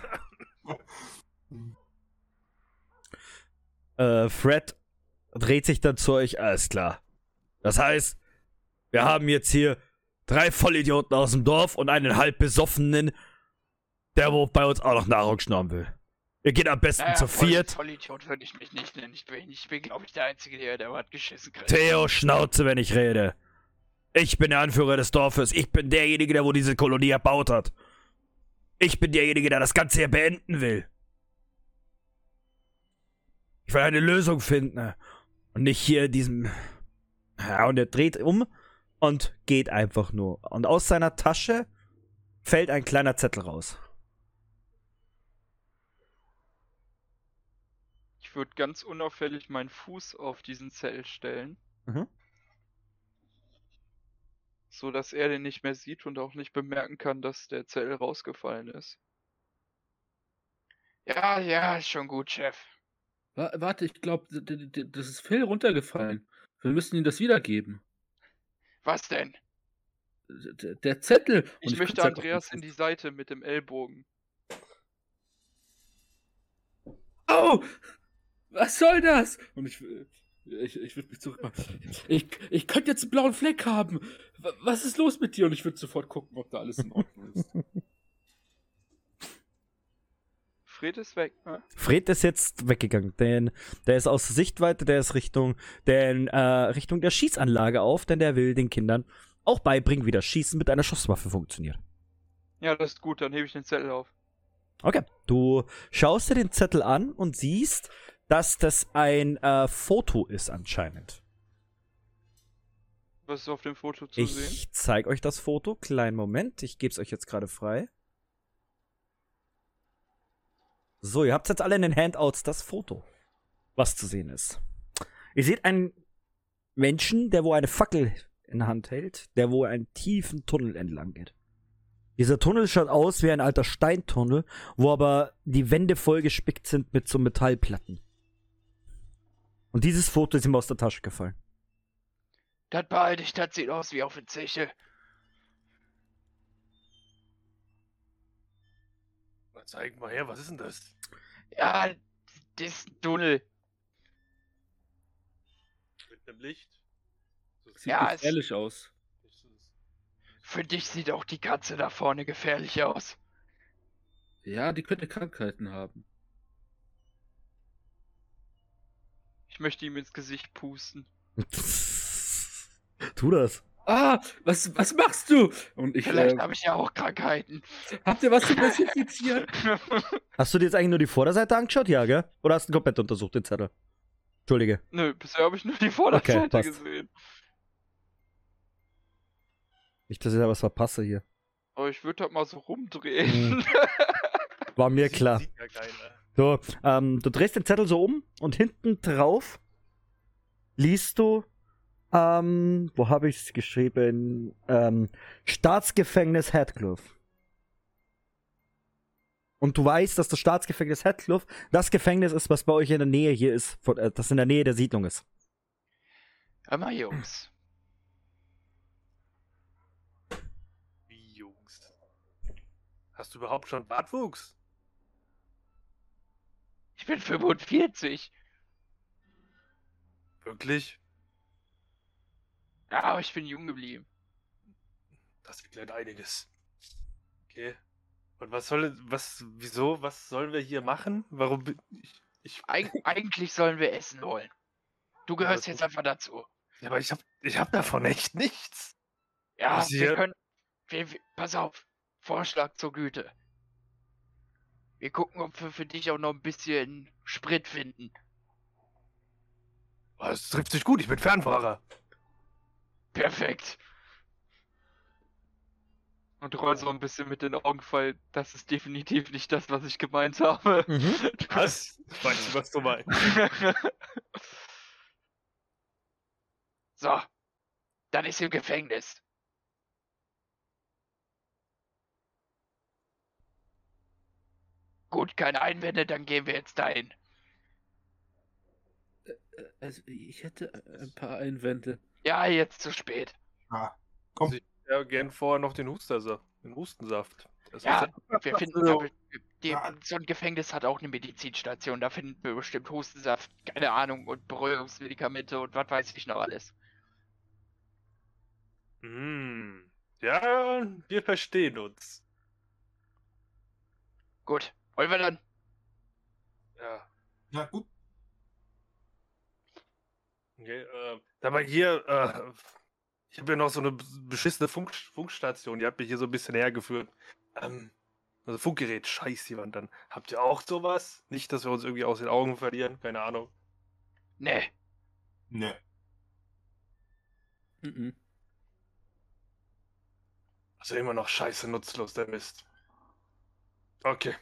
Äh, Fred dreht sich dann zu euch. Alles klar. Das heißt, wir haben jetzt hier drei Vollidioten aus dem Dorf und einen halb besoffenen, der wo bei uns auch noch Nahrung schnorren will. Wir gehen am besten Naja, zu voll, viert. Vollidiot würde ich mich nicht nennen. Ich bin, ich bin glaube ich, der Einzige, der, der was geschissen kriegt. Theo, Schnauze, wenn ich rede. Ich bin der Anführer des Dorfes. Ich bin derjenige, der wo diese Kolonie erbaut hat. Ich bin derjenige, der das Ganze hier beenden will. Ich will eine Lösung finden. Und nicht hier in diesem... Ja, und er dreht um und geht einfach nur. Und aus seiner Tasche fällt ein kleiner Zettel raus. Ich würde ganz unauffällig meinen Fuß auf diesen Zettel stellen. Mhm. So dass er den nicht mehr sieht und auch nicht bemerken kann, dass der Zettel rausgefallen ist. Ja, ja, ist schon gut, Chef. Wa- Warte, ich glaube, das ist Phil runtergefallen. Wir müssen ihm das wiedergeben. Was denn? D- Der Zettel. Und Ich möchte kann's halt Andreas auch in nicht- die Seite mit dem Ellbogen. Oh! Was soll das? Und ich, ich, ich würde mich zurück. Ich, ich könnte jetzt einen blauen Fleck haben. Wa- Was ist los mit dir? Und ich würde sofort gucken, ob da alles in Ordnung ist. Fred ist weg, ne? Fred ist jetzt weggegangen, denn der ist aus Sichtweite, der ist Richtung, den, äh, Richtung der Schießanlage auf, denn der will den Kindern auch beibringen, wie das Schießen mit einer Schusswaffe funktioniert. Ja, das ist gut, dann hebe ich den Zettel auf. Okay, du schaust dir den Zettel an und siehst, dass das ein äh, Foto ist anscheinend. Was ist auf dem Foto zu sehen? Ich zeige euch das Foto. Kleinen Moment, ich gebe es euch jetzt gerade frei. So, ihr habt jetzt alle in den Handouts das Foto, was zu sehen ist. Ihr seht einen Menschen, der wo eine Fackel in der Hand hält, der wo einen tiefen Tunnel entlang geht. Dieser Tunnel schaut aus wie ein alter Steintunnel, wo aber die Wände vollgespickt sind mit so Metallplatten. Und dieses Foto ist ihm aus der Tasche gefallen. Das behalte ich, das sieht aus wie auf der Zeche. Zeig mal her, was ist denn das? Ja, das ist ein Tunnel. Mit einem Licht? Das Sieht Ja, es- gefährlich aus. ist- Für dich sieht auch die Katze da vorne gefährlich aus. Ja, die könnte Krankheiten haben. Ich möchte ihm ins Gesicht pusten. Tu das. Ah, was, was machst du? Und ich, Vielleicht äh, habe ich ja auch Krankheiten. habt ihr was zu desinfizieren? Hast du dir jetzt eigentlich nur die Vorderseite angeschaut? Ja, gell? Oder hast du komplett untersucht, den Zettel? Entschuldige. Nö, bisher habe ich nur die Vorderseite Okay, passt. gesehen. Nicht, dass ich da was verpasse hier. Aber ich würde das mal so rumdrehen. War mir Sieht- klar. Sieht ja keiner. So, ähm, du drehst den Zettel so um und hinten drauf liest du, ähm, wo habe ich es geschrieben? Ähm, Staatsgefängnis Heathcliff. Und du weißt, dass das Staatsgefängnis Heathcliff das Gefängnis ist, was bei euch in der Nähe hier ist, von, äh, das in der Nähe der Siedlung ist. Hör mal, Jungs. Wie, Jungs? Hast du überhaupt schon Bartwuchs? Ich bin fünfundvierzig. Wirklich? Ja, aber ich bin jung geblieben. Das erklärt einiges. Okay. Und was soll, was, wieso, was sollen wir hier machen? Warum bin ich, ich Eig eigentlich sollen wir essen holen. Du gehörst das jetzt ist- einfach dazu. ja, aber ich hab, ich hab davon echt nichts. Ja, Was wir hier- können. Wir, wir, pass auf. Vorschlag zur Güte. Wir gucken, ob wir für dich auch noch ein bisschen Sprit finden. Oh, das trifft sich gut, ich bin Fernfahrer. Perfekt. Und roll so ein bisschen mit den Augen, weil das ist definitiv nicht das, was ich gemeint habe. Was? Ich weiß nicht, was du meinst. So. Dann ist im Gefängnis. Gut, keine Einwände, dann gehen wir jetzt dahin. Also, ich hätte ein paar Einwände. Ja, jetzt zu spät. Ah, komm. Sie- Ja, gern vorher noch den Hustersaft. Den Hustensaft. Das Ja, ist wir finden, Also- aber die, so ein Gefängnis hat auch eine Medizinstation. Da finden wir bestimmt Hustensaft, keine Ahnung, und Beruhigungsmedikamente und was weiß ich noch alles. Hm. Ja, wir verstehen uns. Gut, wollen wir dann? Ja. Ja, gut. Okay, äh, dabei hier, äh, ich habe ja noch so eine beschissene Funk Funkstation, die hat mich hier so ein bisschen hergeführt. Ähm, also Funkgerät, scheiß jemand dann. Habt ihr auch sowas? Nicht, dass wir uns irgendwie aus den Augen verlieren, keine Ahnung. Nee. Ne. Mhm. Also immer noch scheiße nutzlos, der Mist. Okay.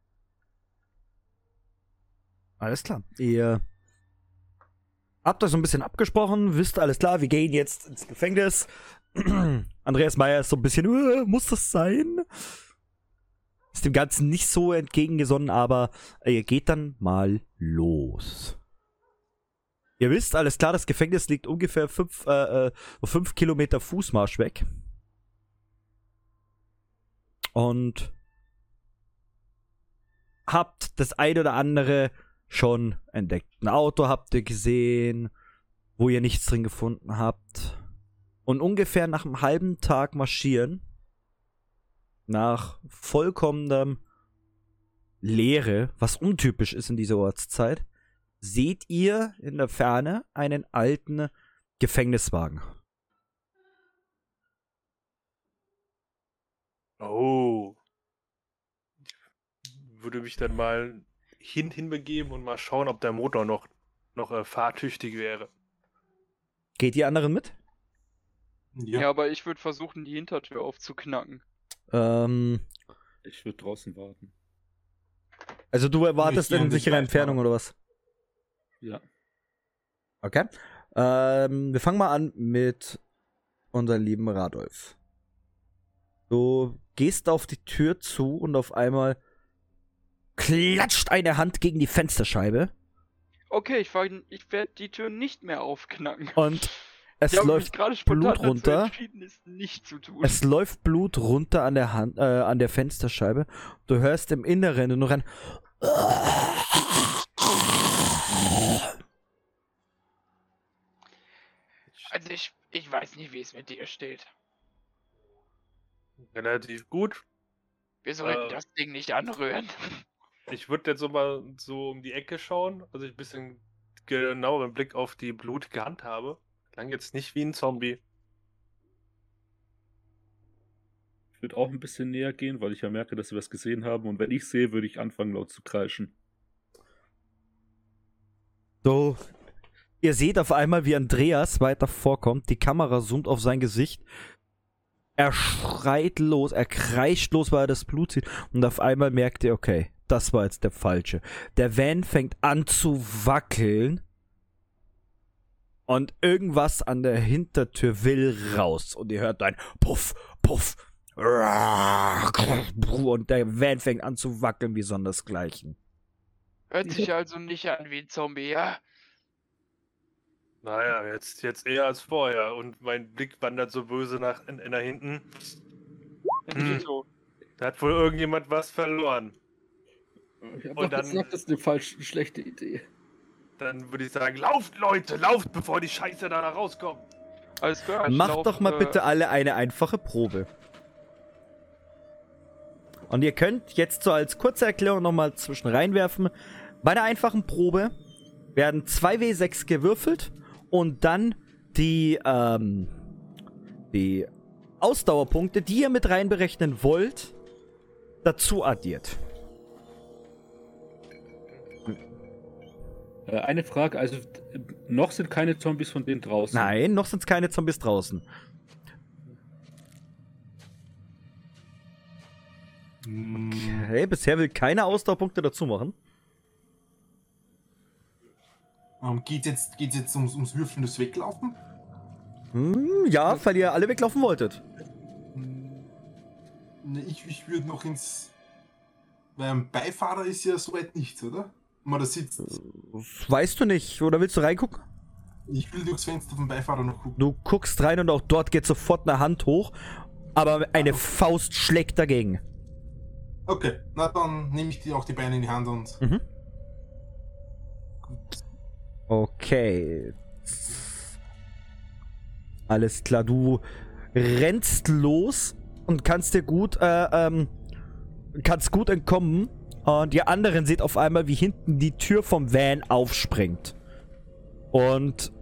Alles klar. Ihr habt euch so ein bisschen abgesprochen, wisst alles klar, wir gehen jetzt ins Gefängnis. Andreas Meyer ist so ein bisschen, äh, muss das sein? Ist dem Ganzen nicht so entgegengesonnen, aber ihr geht dann mal los. Ihr wisst, alles klar, das Gefängnis liegt ungefähr fünf, äh, äh, fünf Kilometer Fußmarsch weg. Und habt das ein oder andere schon entdeckt. Ein Auto habt ihr gesehen, wo ihr nichts drin gefunden habt. Und ungefähr nach einem halben Tag marschieren, nach vollkommener Leere, was untypisch ist in dieser Ortszeit, seht ihr in der Ferne einen alten Gefängniswagen. Oh. Würde mich dann mal hin hinbegeben und mal schauen, ob der Motor noch, noch äh, fahrtüchtig wäre. Geht die anderen mit? Ja, Ja. aber ich würde versuchen, die Hintertür aufzuknacken. Ähm, Ich würde draußen warten. also du erwartest Ich geh an in die sicherer Seite. Entfernung oder was? Ja. Okay. Ähm, wir fangen mal an mit unserem lieben Radolf. Du gehst auf die Tür zu und auf einmal klatscht eine Hand gegen die Fensterscheibe Okay, ich, fahr- ich werde die Tür nicht mehr aufknacken. und es ich habe mich läuft gerade spontan Blut runter. dazu entschieden, es nicht zu tun. Es läuft Blut runter an der Hand, äh, an der Fensterscheibe. Du hörst im Inneren nur noch ein Also ich, ich weiß nicht, wie es mit dir steht. Relativ gut. Wir sollten Äh. das Ding nicht anrühren. Ich würde jetzt so mal so um die Ecke schauen, also ich ein bisschen genaueren Blick auf die blutige Hand habe. Klang jetzt nicht wie ein Zombie. Ich würde auch ein bisschen näher gehen, weil ich ja merke, dass sie was gesehen haben. Und wenn ich sehe, würde ich anfangen, laut zu kreischen. So. Ihr seht auf einmal, wie Andreas weiter vorkommt. Die Kamera zoomt auf sein Gesicht. Er schreit los, er kreischt los, weil er das Blut sieht. Und auf einmal merkt ihr, okay, das war jetzt der Falsche. Der Van fängt an zu wackeln. Und irgendwas an der Hintertür will raus. Und ihr hört ein Puff, Puff. Und der Van fängt an zu wackeln wie sondersgleichen. Hört sich also nicht an wie ein Zombie, ja? Naja, jetzt, jetzt eher als vorher. Und mein Blick wandert so böse nach, in, nach hinten. Hm. So. Da hat wohl irgendjemand was verloren. Ich habe Und doch dann- gesagt, das ist eine falsche, schlechte Idee. Dann würde ich sagen, lauft Leute, lauft, bevor die Scheiße da rauskommt. Alles klar. ich Macht lauf, doch mal äh, bitte alle eine einfache Probe. Und ihr könnt jetzt so als kurze Erklärung nochmal zwischen reinwerfen. Bei einer einfachen Probe werden zwei W sechs gewürfelt und dann die, ähm, die Ausdauerpunkte, die ihr mit reinberechnen wollt, dazu addiert. Äh, eine Frage, also äh, noch sind keine Zombies von denen draußen. Nein, noch sind es keine Zombies draußen. Okay, bisher will keine Ausdauerpunkte dazu machen. Ähm, geht jetzt, geht's jetzt ums, ums Würfeln des Weglaufen? Hm, ja, weil ihr alle weglaufen wolltet. Ne, ich, ich würde noch ins. Weil ein Beifahrer ist ja soweit nichts, oder? Man da sitzt. Das weißt du nicht, oder willst du reingucken? Ich will durchs Fenster vom Beifahrer noch gucken. Du guckst rein und auch dort geht sofort eine Hand hoch, aber eine Faust schlägt dagegen. Okay, na dann nehme ich die, auch die Beine in die Hand und. Mhm. Gut. Okay. Alles klar, du rennst los und kannst dir gut, äh, ähm, kannst gut entkommen. Und die anderen seht auf einmal, wie hinten die Tür vom Van aufspringt. Und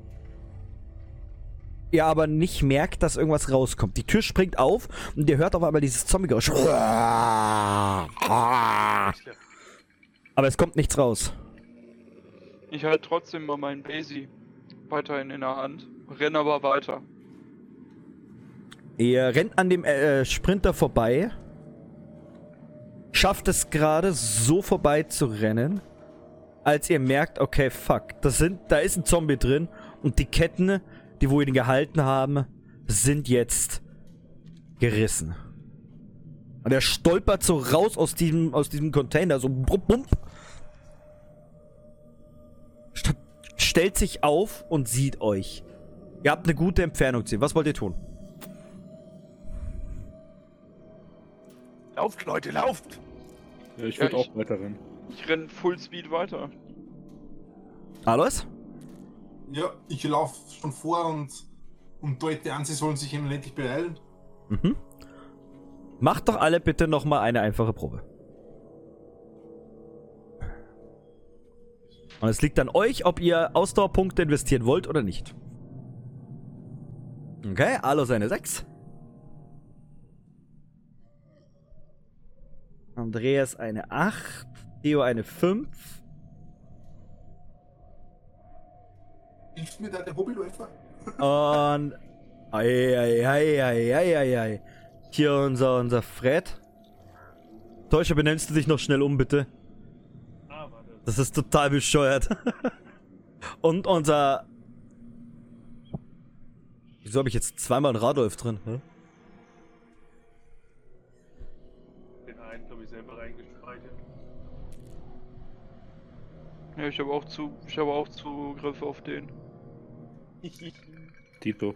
ihr aber nicht merkt, dass irgendwas rauskommt. Die Tür springt auf und ihr hört auf einmal dieses Zombie-Geräusch. Aber es kommt nichts raus. Ich halte trotzdem mal meinen Basie weiterhin in der Hand. Renn aber weiter. Ihr rennt an dem äh, Sprinter vorbei. Schafft es gerade so vorbei zu rennen, als ihr merkt, okay, fuck, das sind, da ist ein Zombie drin und die Ketten, die wo ihn gehalten haben, sind jetzt gerissen. Und er stolpert so raus aus diesem, aus diesem Container, so bump, bump. St stellt sich auf und sieht euch. Ihr habt eine gute Entfernung zu ihm. Was wollt ihr tun? Lauft, Leute, lauft! Ja, ich Ja, würde ich- auch weiter rennen. Ich renn Full Speed weiter. Alois? Ja, ich laufe schon vor und, und deute an, sie sollen sich eben endlich beeilen. Mhm. Macht doch alle bitte nochmal eine einfache Probe. Und es liegt an euch, ob ihr Ausdauerpunkte investieren wollt oder nicht. Okay, Alois eine sechs. Andreas eine acht. Theo eine fünf. Hilft mir da der Hobbyläufer? Und. Eieieiei. Hier unser, unser Fred. Täuscher, benennst du dich noch schnell um, bitte? Ah, warte. Das ist total bescheuert. Und unser. Wieso habe ich jetzt zweimal einen Radolf drin? Hä? Den einen, glaube ich, selber reingespeichert. Ja, ich habe auch zu, ich habe auch Zugriff auf den. Tito.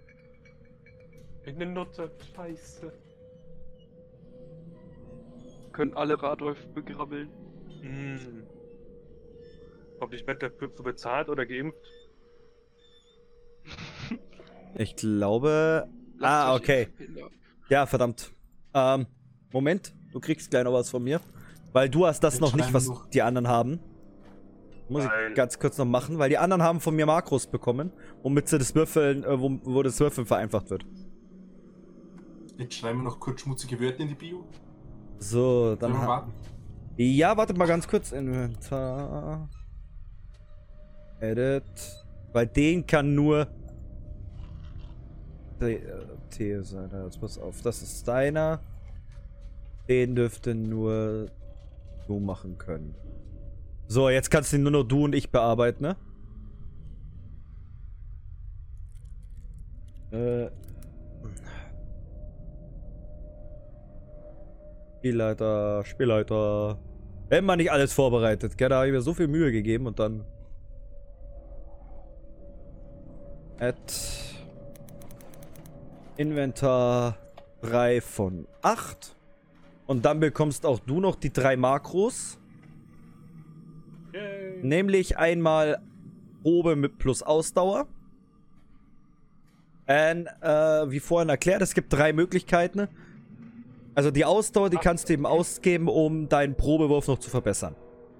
In den Nutter, scheiße. Können alle Radolf begrabbeln. Hm. Hoffentlich wird dafür bezahlt oder geimpft. Ich glaube. Lasst Ah, euch okay. impfen, Kinder. Ja, verdammt. Ähm, Moment. Du kriegst gleich noch was von mir. Weil du hast das Jetzt noch nicht, schreiben was wir noch. die anderen haben. Muss Geil. ich ganz kurz noch machen, weil die anderen haben von mir Makros bekommen, womit sie das Würfeln, äh, wo, wo das Würfeln vereinfacht wird. Jetzt schreiben wir noch kurz schmutzige Wörter in die Bio. So, dann Sollen wir ha warten? Ja, wartet mal ganz kurz. Inventar. Edit. Bei denen kann nur T T sein. Jetzt pass auf, das ist deiner. Den dürfte nur du machen können. So, jetzt kannst du nur noch du und ich bearbeiten, ne? Äh. Spielleiter, Spielleiter. Immer nicht alles vorbereitet, gell? Da habe ich mir so viel Mühe gegeben und dann. Add. Inventar drei von acht. Und dann bekommst auch du noch die drei Makros. Yay. Nämlich einmal Probe mit plus Ausdauer. Und, äh, wie vorhin erklärt, es gibt drei Möglichkeiten. Also die Ausdauer, die kannst du eben ausgeben, um deinen Probewurf noch zu verbessern.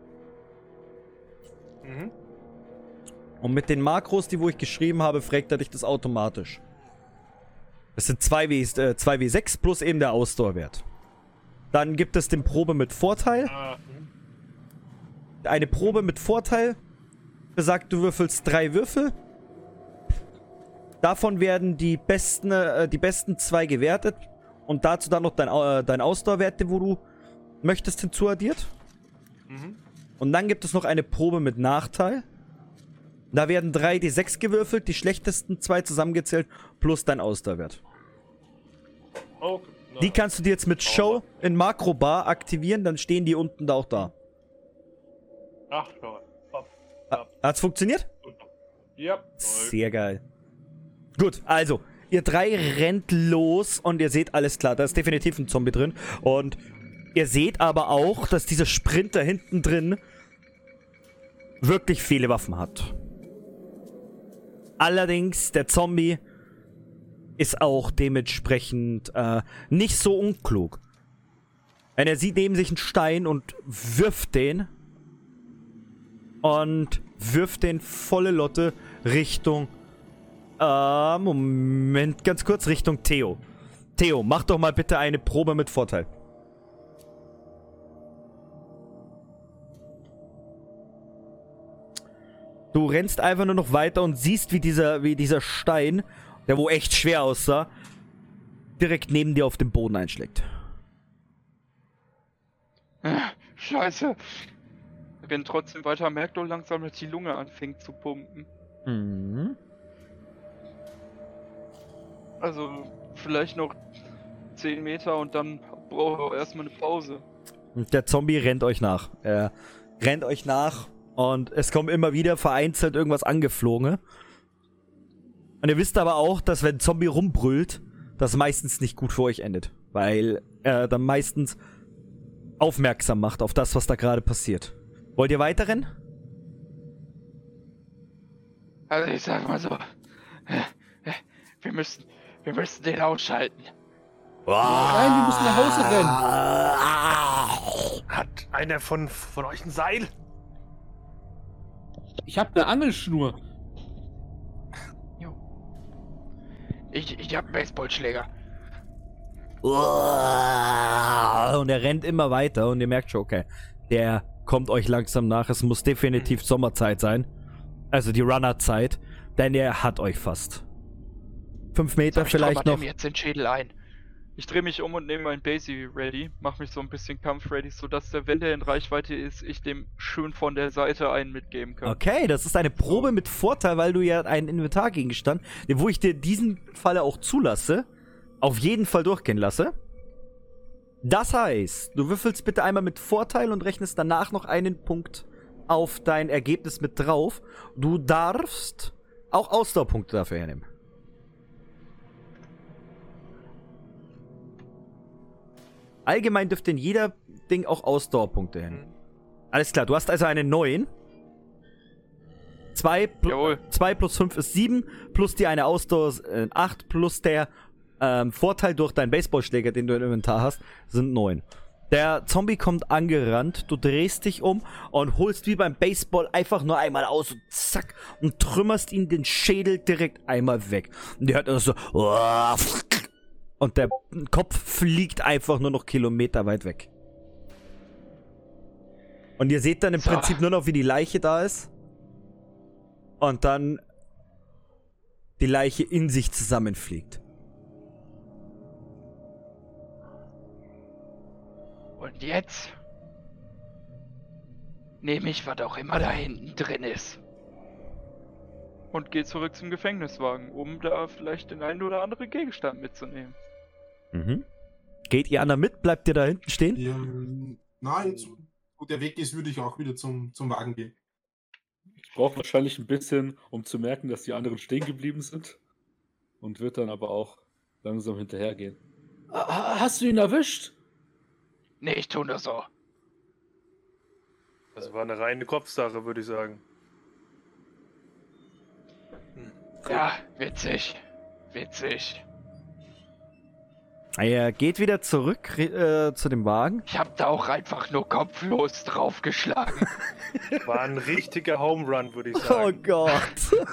Mhm. Und mit den Makros, die wo ich geschrieben habe, fragt er dich das automatisch. Das sind zwei W sechs plus eben der Ausdauerwert. Dann gibt es den Probe mit Vorteil. Ah, mhm. Eine Probe mit Vorteil besagt, du würfelst drei Würfel. Davon werden die besten, äh, die besten zwei gewertet. Und dazu dann noch dein, äh, dein Ausdauerwert, wo du möchtest, hinzuaddiert. Mhm. Und dann gibt es noch eine Probe mit Nachteil. Da werden drei D sechs gewürfelt, die schlechtesten zwei zusammengezählt, plus dein Ausdauerwert. Okay. Na, Die kannst du dir jetzt mit Show in Makrobar aktivieren, dann stehen die unten da auch da. Ach, toll. Hopp. Ah, hat's funktioniert? Ja. Toll. Sehr geil. Gut, also, ihr drei rennt los und ihr seht, alles klar, da ist definitiv ein Zombie drin. Und ihr seht aber auch, dass dieser Sprinter hinten drin wirklich viele Waffen hat. Allerdings, der Zombie ist auch dementsprechend äh, nicht so unklug. Denn er sieht neben sich einen Stein und wirft den. Und wirft den volle Lotte Richtung Äh, Moment, ganz kurz, Richtung Theo. Theo, mach doch mal bitte eine Probe mit Vorteil. Du rennst einfach nur noch weiter und siehst, wie dieser, wie dieser Stein, der wo echt schwer aussah, direkt neben dir auf dem Boden einschlägt. Scheiße. Rennt trotzdem weiter, merkt doch langsam, dass die Lunge anfängt zu pumpen. Mhm. Also vielleicht noch zehn Meter und dann brauche auch erstmal eine Pause. Und der Zombie rennt euch nach. Er rennt euch nach und es kommen immer wieder vereinzelt irgendwas angeflogen. Und ihr wisst aber auch, dass wenn ein Zombie rumbrüllt, das meistens nicht gut für euch endet. Weil er dann meistens aufmerksam macht auf das, was da gerade passiert. Wollt ihr weiterrennen? Also ich sag mal so, wir müssen, wir müssen den ausschalten. Nein, wir müssen nach Hause rennen. Hat einer von, von euch ein Seil? Ich hab eine Angelschnur. Jo. Ich, ich hab einen Baseballschläger. Und er rennt immer weiter und ihr merkt schon, okay, der kommt euch langsam nach. Es muss definitiv Sommerzeit sein. Also die Runnerzeit, denn er hat euch fast. Fünf Meter So, ich vielleicht traumer noch. dem jetzt den Schädel ein. Ich drehe mich um und nehme mein Basie ready, mach mich so ein bisschen kampfready, sodass der, wenn der in Reichweite ist, ich dem schön von der Seite einen mitgeben kann. Okay, das ist eine Probe mit Vorteil, weil du ja einen Inventargegenstand, den wo ich dir diesen Falle auch zulasse, auf jeden Fall durchgehen lasse. Das heißt, du würfelst bitte einmal mit Vorteil und rechnest danach noch einen Punkt auf dein Ergebnis mit drauf. Du darfst auch Ausdauerpunkte dafür hernehmen. Allgemein dürfte in jeder Ding auch Ausdauerpunkte hin. Alles klar, du hast also einen neun. zwei Jawohl. plus fünf ist sieben, plus die eine Ausdauer ist äh, acht, plus der ähm, Vorteil durch deinen Baseballschläger, den du im Inventar hast, sind neun. Der Zombie kommt angerannt, du drehst dich um und holst wie beim Baseball einfach nur einmal aus und zack, und trümmerst ihn den Schädel direkt einmal weg. Und der hört nur so und der Kopf fliegt einfach nur noch Kilometer weit weg. Und ihr seht dann im So. Prinzip nur noch, wie die Leiche da ist. Und dann die Leiche in sich zusammenfliegt. Und jetzt nehme ich, was auch immer da hinten drin ist. Und gehe zurück zum Gefängniswagen, um da vielleicht den einen oder anderen Gegenstand mitzunehmen. Mhm. Geht ihr anderen mit? Bleibt ihr da hinten stehen? Ja, nein, so, wo der Weg ist, würde ich auch wieder zum, zum Wagen gehen. Ich brauche wahrscheinlich ein bisschen, um zu merken, dass die anderen stehen geblieben sind. Und wird dann aber auch langsam hinterhergehen. Ah, hast du ihn erwischt? Nee, ich tu nur so. Das war eine reine Kopfsache, würde ich sagen. Ja, witzig. Witzig. Er geht wieder zurück äh, zu dem Wagen. Ich hab da auch einfach nur kopflos draufgeschlagen. War ein richtiger Home Run, würde ich Oh sagen. Gott.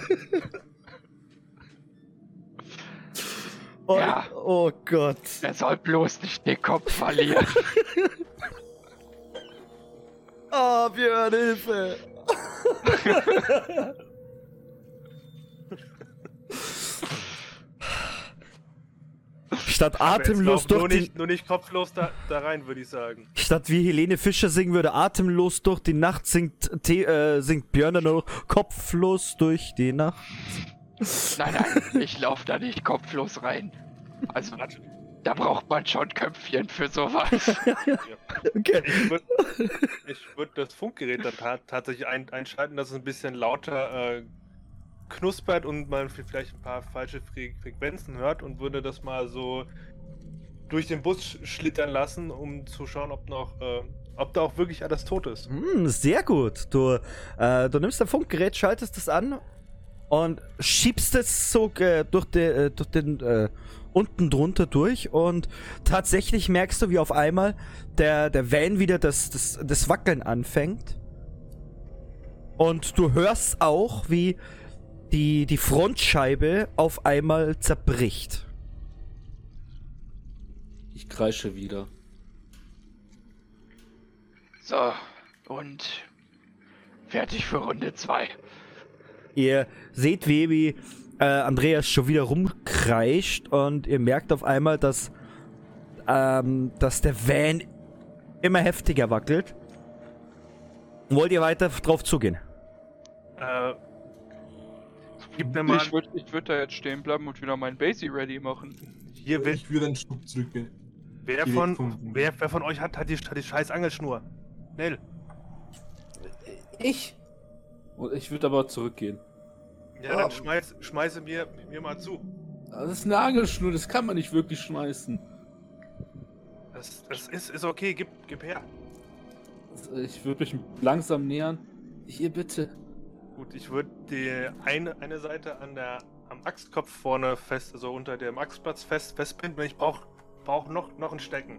oh, Ja. oh Gott. Er soll bloß nicht den Kopf verlieren. Oh, Björn, Hilfe. Statt Aber jetzt atemlos lauf durch nur den... nicht, nur nicht kopflos da, da rein, würde ich sagen. Statt wie Helene Fischer singen würde, atemlos durch die Nacht, singt, The äh, singt Björn dann nur noch kopflos durch die Nacht. Nein, nein, ich lauf da nicht kopflos rein. Also, da braucht man schon Köpfchen für sowas. Okay. Ich würde ich würd das Funkgerät dann ta tatsächlich ein einschalten, dass es ein bisschen lauter äh, knuspert und man vielleicht ein paar falsche Fre Frequenzen hört und würde das mal so durch den Bus sch schlittern lassen, um zu schauen, ob noch, äh, ob da auch wirklich alles tot ist. Mm, sehr gut. Du, äh, du nimmst dein Funkgerät, schaltest es an und schiebst es so äh, durch, de, äh, durch den äh, unten drunter durch und tatsächlich merkst du, wie auf einmal der, der Van wieder das, das, das Wackeln anfängt. Und du hörst auch, wie die, die Frontscheibe auf einmal zerbricht. Ich kreische wieder. So, und fertig für Runde zwei. Ihr seht, wie, wie äh, Andreas schon wieder rumkreischt und ihr merkt auf einmal, dass, ähm, dass der Van immer heftiger wackelt. Wollt ihr weiter drauf zugehen? Äh, gib mir mal. Ich würde ich würd da jetzt stehen bleiben und wieder mein Basie ready machen. Hier will Ich würde einen Stück zurückgehen. Wer Direkt von, vom- wer, wer von euch hat, hat, die, hat die scheiß Angelschnur? Schnell. Ich. Und ich würde aber zurückgehen. Ja, dann schmeiß, schmeiße mir, mir mal zu. Das ist eine Angelschnur, das kann man nicht wirklich schmeißen. Das, das ist, ist okay, gib, gib her. Ich würde mich langsam nähern. Hier bitte. Gut, ich würde die eine, eine Seite an der, am Axtkopf vorne fest, also unter dem Axtplatz fest, festbinden, weil ich brauche brauch noch, noch ein Stecken.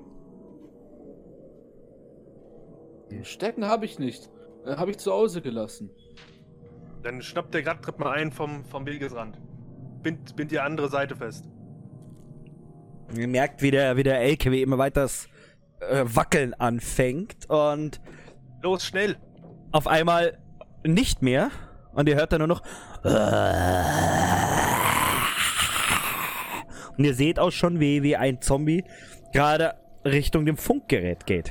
Stecken habe ich nicht. Äh, habe ich zu Hause gelassen. Dann schnappt der gerade mal einen vom, vom Wegesrand. Bind, bind die andere Seite fest. Ihr merkt, wie der, wie der L K W immer weiter das äh, Wackeln anfängt und Los, schnell! auf einmal nicht mehr. Und ihr hört dann nur noch. Und ihr seht auch schon, wie, wie ein Zombie gerade Richtung dem Funkgerät geht.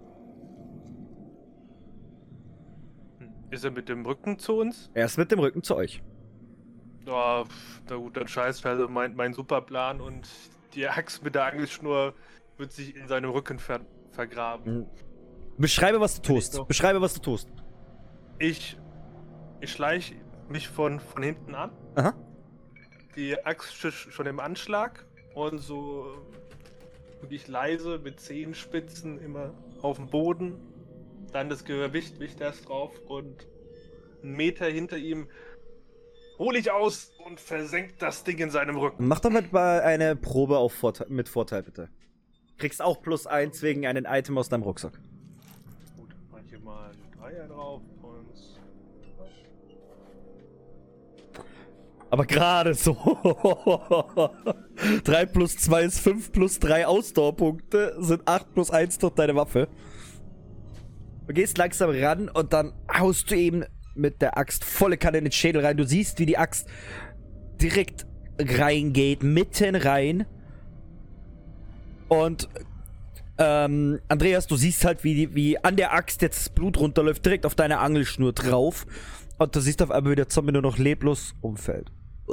Ist er mit dem Rücken zu uns? Er ist mit dem Rücken zu euch. Ja, pf, na gut, dann scheiß, also mein, mein Superplan und die Axt mit der Angelschnur wird sich in seinem Rücken ver vergraben. Beschreibe, was du Bin ich tust. so? Beschreibe, was du tust. Ich, ich schleiche mich von, von hinten an. Aha. Die Axt ist schon im Anschlag und so wirklich leise mit Zehenspitzen immer auf dem Boden. Dann das Gewicht Gewicht erst drauf und einen Meter hinter ihm hole ich aus und versenkt das Ding in seinem Rücken. Mach doch mit mal eine Probe auf Vorteil, mit Vorteil, bitte. Kriegst auch plus eins wegen einem Item aus deinem Rucksack. Gut, mach ich hier mal einen Dreier drauf und Aber gerade so. drei plus zwei ist fünf plus drei Ausdauerpunkte sind acht plus eins durch deine Waffe. Du gehst langsam ran und dann haust du eben mit der Axt volle Kanne in den Schädel rein. Du siehst, wie die Axt direkt reingeht, mitten rein. Und ähm, Andreas, du siehst halt, wie, die, wie an der Axt jetzt das Blut runterläuft, direkt auf deine Angelschnur drauf. Und du siehst auf einmal, wie der Zombie nur noch leblos umfällt.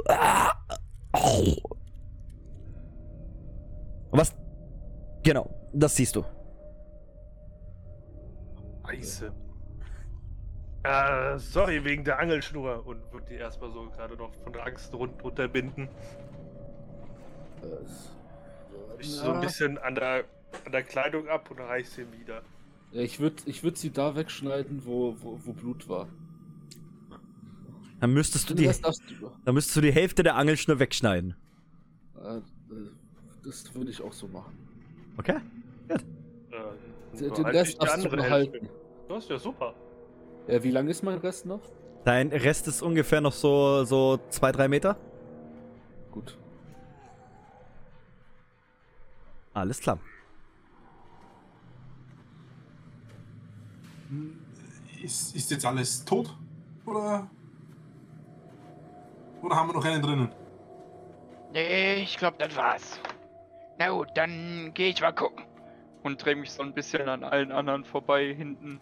Was? Genau, das siehst du. Scheiße. Äh, sorry, wegen der Angelschnur. Und wird die erstmal so gerade noch von der Angst run runterbinden. Ich so ein bisschen an der, an der Kleidung ab und reiß sie wieder. Ja, ich würde ich würd sie da wegschneiden, wo, wo, wo Blut war. Dann müsstest du Den die, Rest darfst du- dann müsstest du die Hälfte der Angelschnur wegschneiden. Äh, äh, das würde ich auch so machen. Okay? Äh, Den, dann den halt Rest ich die darfst du andere Hälfte. behalten. Das ist ja super. Ja, wie lang ist mein Rest noch? Dein Rest ist ungefähr noch so, so zwei, drei Meter. Gut. Alles klar. Ist, ist jetzt alles tot? Oder? Oder haben wir noch einen drinnen? Nee, ich glaube, das war's. Na gut, dann gehe ich mal gucken. Und drehe mich so ein bisschen an allen anderen vorbei hinten.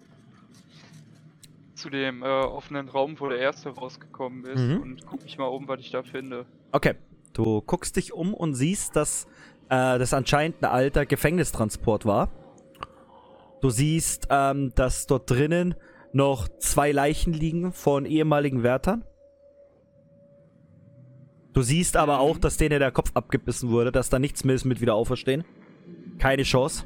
Zu dem äh, offenen Raum, wo der erste rausgekommen ist. Mhm. Und guck mich mal um, was ich da finde. Okay. Du guckst dich um und siehst, dass äh, das anscheinend ein alter Gefängnistransport war. Du siehst, ähm, dass dort drinnen noch zwei Leichen liegen von ehemaligen Wärtern. Du siehst aber auch, dass denen der Kopf abgebissen wurde, dass da nichts mehr ist mit wieder auferstehen. Keine Chance.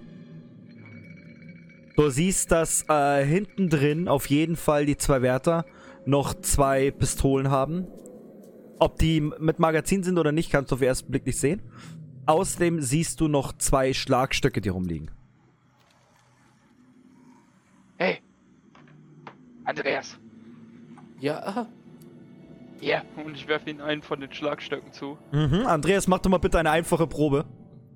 Du siehst, dass äh, hinten drin auf jeden Fall die zwei Wärter noch zwei Pistolen haben. Ob die mit Magazin sind oder nicht, kannst du auf den ersten Blick nicht sehen. Außerdem siehst du noch zwei Schlagstöcke, die rumliegen. Hey! Andreas! Ja, Ja! Und ich werfe ihn einen von den Schlagstöcken zu. Mhm, Andreas, mach doch mal bitte eine einfache Probe.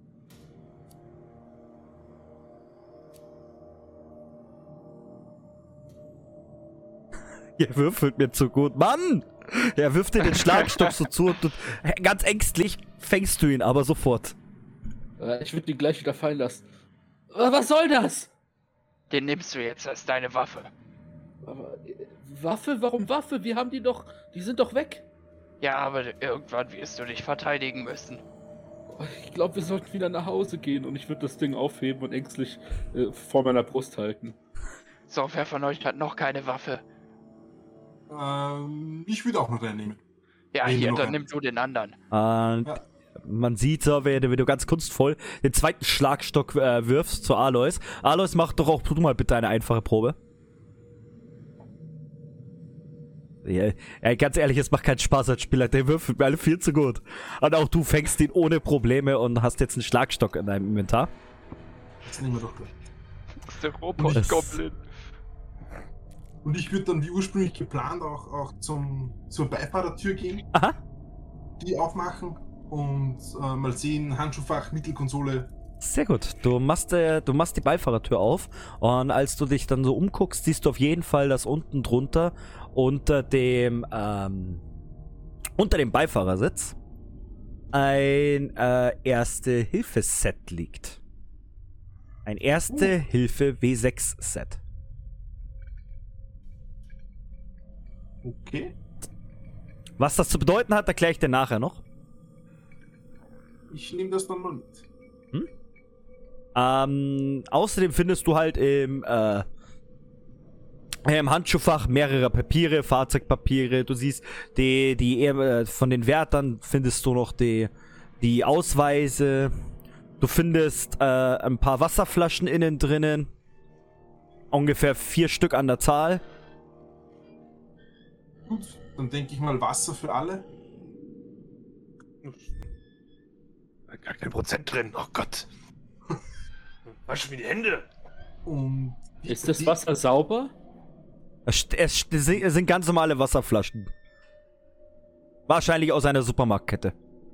Er würfelt mir zu gut. Mann! Er wirft dir den Schlagstock so zu und du, ganz ängstlich fängst du ihn aber sofort. äh, ich würde ihn gleich wieder fallen lassen. Aber was soll das? Den nimmst du jetzt als deine Waffe. Aber, äh, Waffe? Warum Waffe? Wir haben die doch. Die sind doch weg. Ja, aber irgendwann wirst du dich verteidigen müssen. Ich glaube, wir sollten wieder nach Hause gehen und ich würde das Ding aufheben und ängstlich äh, vor meiner Brust halten. So, wer von euch hat noch keine Waffe? Ähm, ich würde auch noch einen nehmen. Ja, Nehmen wir hier, noch dann einen. nimm du den anderen. Und man sieht so, wie du, wie du ganz kunstvoll den zweiten Schlagstock äh, wirfst zu Alois. Alois, mach doch auch du mal bitte eine einfache Probe. Ja, ja, ganz ehrlich, es macht keinen Spaß als Spieler. Der würfelt mir alle viel zu gut. Und auch du fängst ihn ohne Probleme und hast jetzt einen Schlagstock in deinem Inventar. Das nehmen wir doch gleich. Das ist der Robot-Goblin. Und ich würde dann wie ursprünglich geplant auch, auch zum, zur Beifahrertür gehen, Aha. die aufmachen und äh, mal sehen, Handschuhfach, Mittelkonsole. Sehr gut. Du machst, äh, du machst die Beifahrertür auf und als du dich dann so umguckst, siehst du auf jeden Fall, dass unten drunter unter dem ähm, unter dem Beifahrersitz ein äh, Erste-Hilfe-Set liegt. Ein Erste-Hilfe W sechs Set. Okay. Was das zu bedeuten hat, erkläre ich dir nachher noch. Ich nehme das dann mal mit. Ähm, außerdem findest du halt im, äh, im Handschuhfach mehrere Papiere, Fahrzeugpapiere. Du siehst die, die äh, von den Wärtern findest du noch die, die Ausweise. Du findest äh, ein paar Wasserflaschen innen drinnen. Ungefähr vier Stück an der Zahl. Gut, dann denke ich mal Wasser für alle. Gar kein Prozent drin, oh Gott. Wasch mir die Hände. Und die, Ist das die- Wasser sauber? Es, es, es sind ganz normale Wasserflaschen. Wahrscheinlich aus einer Supermarktkette.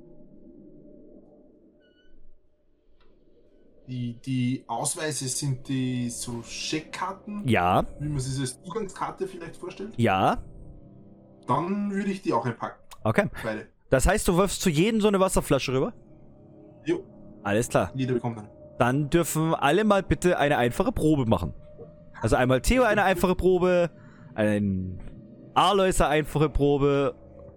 Die, die Ausweise sind die so Scheckkarten, Ja, wie man sich das als Zugangskarte vielleicht vorstellt. ja. Dann würde ich die auch einpacken. Okay. Beide. Das heißt, du wirfst zu jedem so eine Wasserflasche rüber? Jo, Alles klar. jeder bekommt einen. Dann dürfen alle mal bitte eine einfache Probe machen. Also einmal Theo eine einfache Probe, ein Alois eine einfache Probe,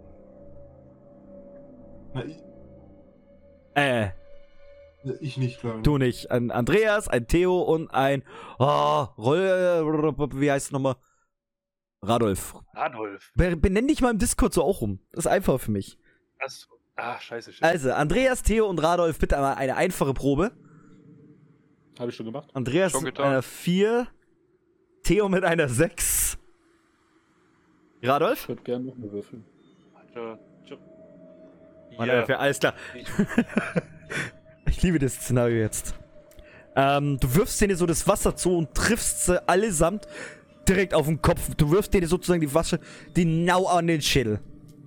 Na, ich, äh, ich nicht, glaube ich. du nicht, ein Andreas, ein Theo und ein, oh, Roll, wie heißt es nochmal? Radolf. Adolf. Be- Benenn dich mal im Discord so auch rum. Das ist einfach für mich. Achso. Ah, scheiße. scheiße. Also, Andreas, Theo und Radolf, bitte einmal eine einfache Probe. Habe ich schon gemacht. Andreas Schon mit getan. einer vier, Theo mit einer sechs. Radolf? Ich würde gerne noch mal würfeln. Warte, tschüpp. Meine Ja. Ungefähr, alles klar. Ich- Ich liebe das Szenario jetzt. Ähm, du wirfst denen so das Wasser zu und triffst sie allesamt direkt auf den Kopf. Du wirfst denen sozusagen die Wasser genau an den Schädel.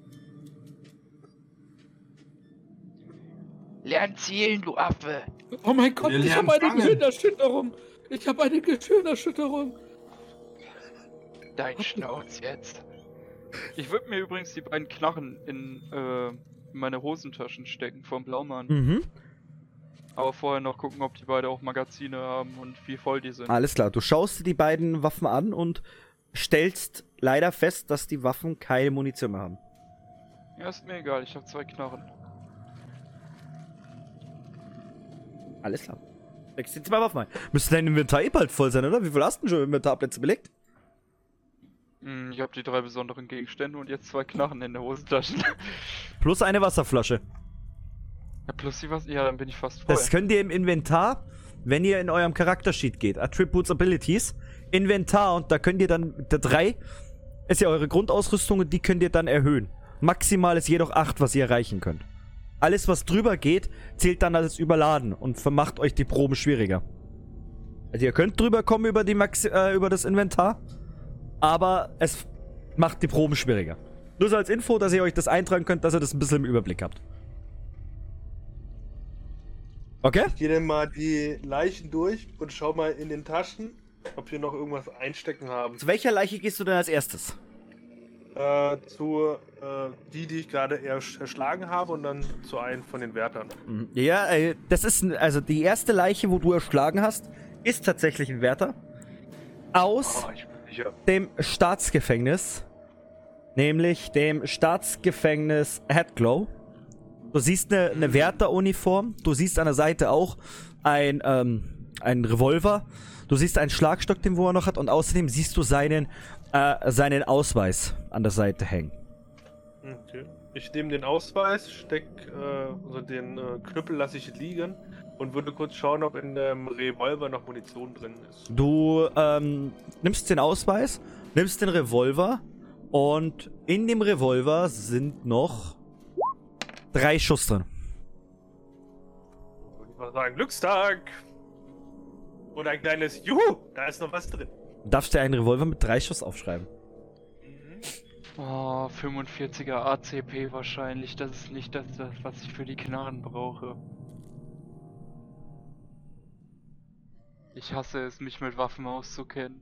Lern zielen, du Affe. Oh mein Gott, Wir ich lernen habe eine fangen. Gehirnerschütterung. Ich habe eine Gehirnerschütterung. Dein Schnauz jetzt. Ich würde mir übrigens die beiden Knarren in, äh, in meine Hosentaschen stecken vom Blaumann. Mhm. Aber vorher noch gucken, ob die beide auch Magazine haben und wie voll die sind. Alles klar. Du schaust dir die beiden Waffen an und stellst leider fest, dass die Waffen keine Munition mehr haben. Ja, ist mir egal, ich habe zwei Knarren. Alles klar. Legst die zwei Waffen ein. Müsste dein Inventar eh bald voll sein, oder? Wie viel hast du denn schon Inventarplätze belegt? Hm, ich habe die drei besonderen Gegenstände und jetzt zwei Knarren in der Hosentasche. Plus eine Wasserflasche. Ja, plus die was? Ja, dann bin ich fast voll. Das könnt ihr im Inventar, wenn ihr in eurem Charaktersheet geht, Attributes, Abilities, Inventar und da könnt ihr dann, der drei ist ja eure Grundausrüstung und die könnt ihr dann erhöhen. Maximal ist jedoch acht, was ihr erreichen könnt. Alles, was drüber geht, zählt dann als überladen und vermacht euch die Proben schwieriger. Also ihr könnt drüber kommen über, die Maxi äh, über das Inventar, aber es macht die Proben schwieriger. Nur so als Info, dass ihr euch das eintragen könnt, dass ihr das ein bisschen im Überblick habt. Okay? Ich gehe dann mal die Leichen durch und schau mal in den Taschen, ob wir noch irgendwas einstecken haben. Zu welcher Leiche gehst du denn als erstes? Äh, zu äh, die, die ich gerade ersch- erschlagen habe und dann zu einem von den Wärtern. Mhm. Ja, äh, das ist, ein- also die erste Leiche, wo du erschlagen hast, ist tatsächlich ein Wärter. Aus Oh, ich bin sicher. dem Staatsgefängnis. Nämlich dem Staatsgefängnis Headglow. Du siehst eine, eine Wärteruniform, du siehst an der Seite auch ein, ähm, ein Revolver, du siehst einen Schlagstock, den wo er noch hat, und außerdem siehst du seinen, äh, seinen Ausweis an der Seite hängen. Okay. Ich nehme den Ausweis, steck, äh, also den äh, Knüppel lasse ich liegen und würde kurz schauen, ob in dem Revolver noch Munition drin ist. Du ähm, nimmst den Ausweis, nimmst den Revolver und in dem Revolver sind noch drei Schuss drin. Würde ich mal sagen, Glückstag! Oder ein kleines Juhu, da ist noch was drin. Du darfst dir einen Revolver mit drei Schuss aufschreiben. Oh, fünfundvierziger A C P wahrscheinlich. Das ist nicht das, das, was ich für die Knarren brauche. Ich hasse es, mich mit Waffen auszukennen.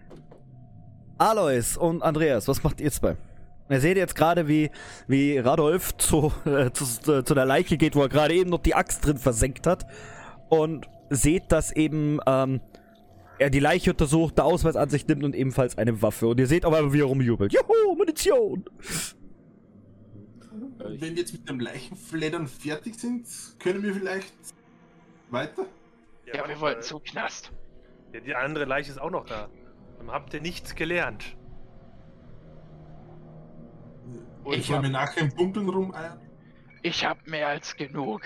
Alois und Andreas, was macht ihr zwei? Ihr seht jetzt gerade, wie, wie Radolf zu, äh, zu, zu der Leiche geht, wo er gerade eben noch die Axt drin versenkt hat. Und seht, dass eben ähm, er die Leiche untersucht, der Ausweis an sich nimmt und ebenfalls eine Waffe. Und ihr seht aber, wie er rumjubelt. Juhu, Munition! Wenn wir jetzt mit dem Leichenfleddern fertig sind, können wir vielleicht weiter? Ja, wir wollten zum Knast. Ja, die andere Leiche ist auch noch da. Dann habt ihr nichts gelernt. Oder Ich sollen hab- wir nachher im Dunkeln rumeiern? Ich hab mehr als genug.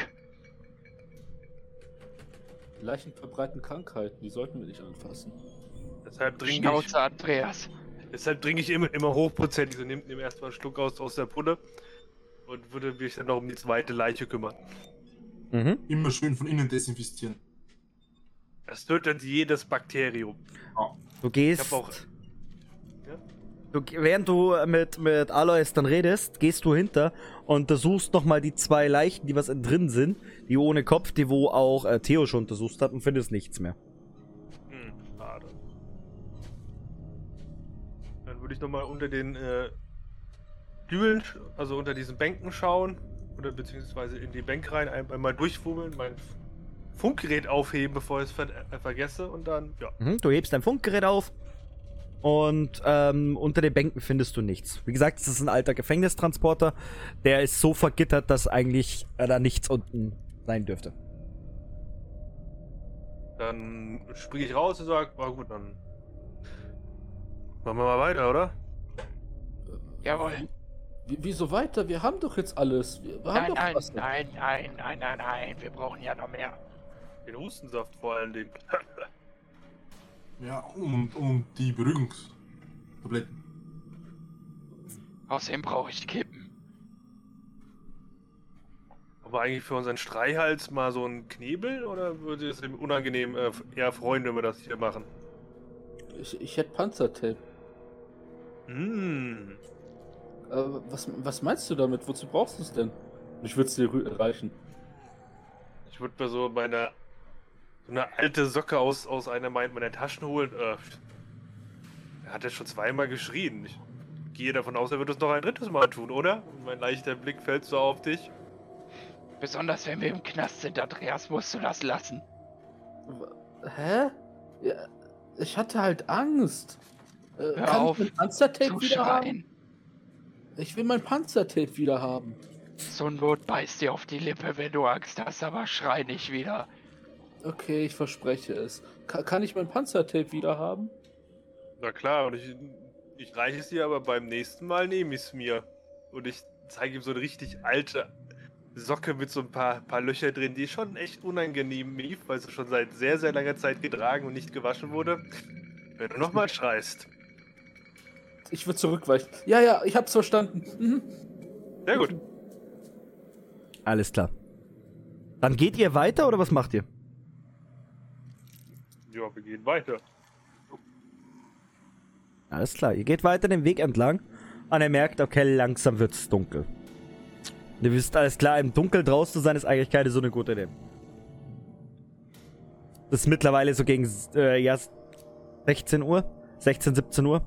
Leichen verbreiten Krankheiten, die sollten wir nicht anfassen. Deshalb trinke ich, Schnauze, Andreas. deshalb trinke ich immer, immer hochprozentig und nehme nehm erstmal einen Schluck aus, aus der Pulle und würde mich dann noch um die zweite Leiche kümmern. Mhm. Immer schön von innen desinfizieren. Es tötet jedes Bakterium. Du gehst. Ich hab auch- Du, während du mit, mit Alois dann redest, gehst du hinter und untersuchst nochmal die zwei Leichen, die was in drin sind, die ohne Kopf, die wo auch äh, Theo schon untersucht hat, und findest nichts mehr. Hm, schade. Dann würde ich nochmal unter den äh, Stühlen, also unter diesen Bänken schauen, oder beziehungsweise in die Bänke rein, ein- einmal durchfummeln, mein F- Funkgerät aufheben, bevor ich es ver äh, vergesse, und dann, ja. Mhm, du hebst dein Funkgerät auf und ähm, unter den Bänken findest du nichts. Wie gesagt, es ist ein alter Gefängnistransporter, der ist so vergittert, dass eigentlich äh, da nichts unten sein dürfte. Dann springe ich raus und sage, na gut, dann machen wir mal weiter, oder? Jawohl. Wie, wieso weiter? Wir haben doch jetzt alles. Wir, wir haben Nein, doch nein, was. nein, nein, nein, nein, nein. Wir brauchen ja noch mehr. Den Hustensaft vor allen Dingen. Ja, und, und die Beruhigungstabletten. Außerdem brauche ich Kippen. Aber eigentlich für unseren Streichhals mal so ein Knebel, oder würde es ihm unangenehm äh, eher freuen, wenn wir das hier machen? Ich, ich hätte Panzertape. Hm. Äh, was, was meinst du damit? Wozu brauchst du es denn? Ich würde es dir rü- reichen. Ich würde mir so meine so eine alte Socke aus, aus einer meiner meiner Taschen holen. Äh, er hat ja schon zweimal geschrien. Ich gehe davon aus, er wird es noch ein drittes Mal tun, oder? Und mein leichter Blick fällt so auf dich. Besonders wenn wir im Knast sind, Andreas, musst du das lassen. W- Hä? Ja, ich hatte halt Angst. Äh, Hör kann auf ich mein Panzertape Zu wieder haben? schreien. Ich will mein Panzertape wieder haben. So ein Not beißt dir auf die Lippe, wenn du Angst hast, aber schrei nicht wieder. Okay, ich verspreche es. Ka kann ich mein Panzertape wieder haben? Na klar, und ich, ich reiche es dir, aber beim nächsten Mal nehme ich es mir. Und ich zeige ihm so eine richtig alte Socke mit so ein paar, paar Löcher drin, die schon echt unangenehm lief, weil sie schon seit sehr, sehr langer Zeit getragen und nicht gewaschen wurde. Wenn du nochmal schreist. Ich würde zurückweichen. Ja, ja, ich hab's verstanden. Mhm. Sehr gut. Alles klar. Dann geht ihr weiter oder was macht ihr? Ja, wir gehen weiter. Alles klar, ihr geht weiter den Weg entlang und ihr merkt, okay, langsam wird's dunkel. Und ihr wisst, alles klar, im Dunkel draußen zu sein ist eigentlich keine so eine gute Idee. Das ist mittlerweile so gegen äh, ja, sechzehn Uhr, sechzehn, siebzehn Uhr.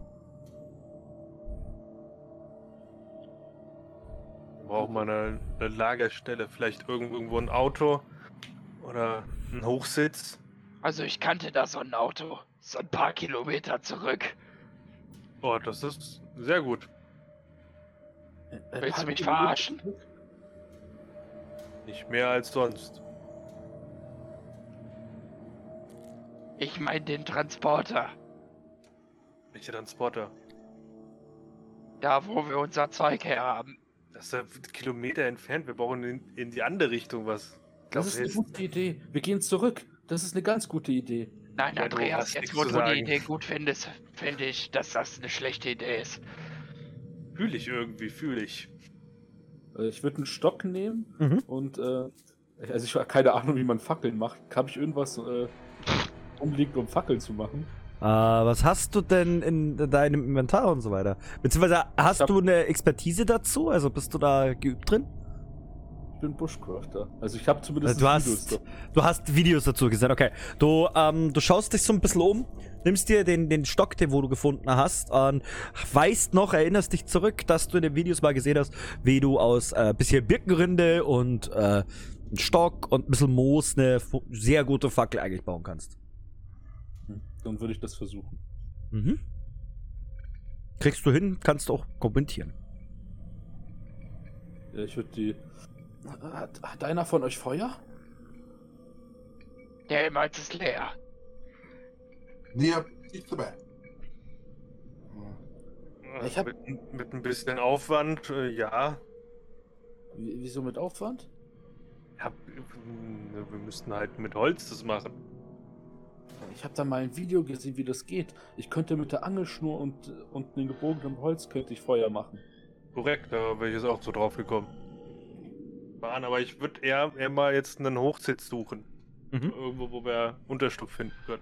Wir brauchen mal eine, eine Lagerstelle, vielleicht irgendwo, irgendwo ein Auto oder ein Hochsitz. Also ich kannte da so ein Auto. So ein paar Kilometer zurück. Oh, das ist sehr gut. Äh, Willst du hat mich die- verarschen? Nicht mehr als sonst. Ich meine den Transporter. Welcher Transporter? Da, wo wir unser Zeug her haben. Das ist ja Kilometer entfernt. Wir brauchen in, in die andere Richtung was. Ich glaub, Das ist eine hilft- gute Idee. Wir gehen zurück. Das ist eine ganz gute Idee. Nein, Ja, du Andreas, hast jetzt nichts wo zu du sagen. die Idee gut findest, finde ich, dass das eine schlechte Idee ist. Fühle ich irgendwie, fühle ich. Äh, Ich würde einen Stock nehmen Mhm. und, äh, also ich habe keine Ahnung, wie man Fackeln macht. Habe ich irgendwas äh, umliegend, um Fackeln zu machen? Äh, was hast du denn in deinem Inventar und so weiter? Beziehungsweise hast hab- du eine Expertise dazu? Also bist du da geübt drin? Ich bin Bushcrafter. Also ich habe zumindest Du Videos hast, da- du hast Videos dazu gesehen, okay. Du, ähm, du schaust dich so ein bisschen um, nimmst dir den, den Stock, den wo du gefunden hast, und weißt noch, erinnerst dich zurück, dass du in den Videos mal gesehen hast, wie du aus äh, bisschen Birkenrinde und äh, einem Stock und ein bisschen Moos eine fu- sehr gute Fackel eigentlich bauen kannst. Hm, Dann würde ich das versuchen. Mhm. Kriegst du hin, kannst auch kommentieren. Ja, ich würde die. Hat, hat einer von euch Feuer? Der Helmholtz ist leer. Nee, ich dabei. Ich hab- mit, mit ein bisschen Aufwand, äh, ja. Wie, wieso mit Aufwand? ja. äh, Wir müssten halt mit Holz das machen. Ich habe da mal ein Video gesehen, wie das geht. Ich könnte mit der Angelschnur und, und einem gebogenen Holz könnte ich Feuer machen. Korrekt, da wäre ich jetzt auch so drauf gekommen. Bahn, aber ich würde eher, eher mal jetzt einen Hochsitz suchen. Mhm. Irgendwo, wo wir Unterschlupf finden können.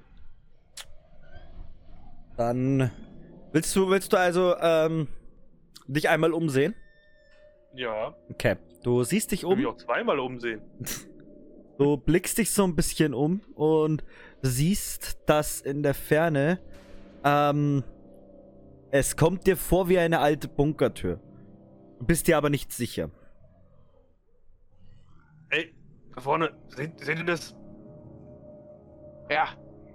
Dann willst du, willst du also ähm, dich einmal umsehen? Ja, Okay. Du siehst dich ich will mich um, auch zweimal umsehen. du blickst dich so ein bisschen um und siehst, dass in der Ferne ähm, es kommt dir vor wie eine alte Bunkertür. Du bist dir aber nicht sicher. Ey, da vorne, seht, seht ihr das? Ja.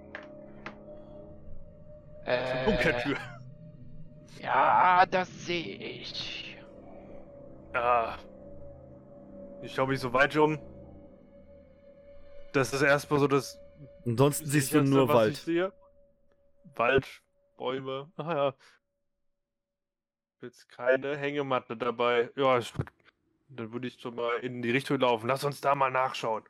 Das ist eine Äh, Bunkertür. ja, das sehe ich. Ja. Ich schaue mich so weit um. Das ist erstmal so das. Ansonsten siehst du Sicherste, nur was Wald. Ich sehe. Wald, Bäume. Ach ja. Jetzt keine Hängematte dabei. Ja, ich, dann würde ich schon mal in die Richtung laufen. Lass uns da mal nachschauen.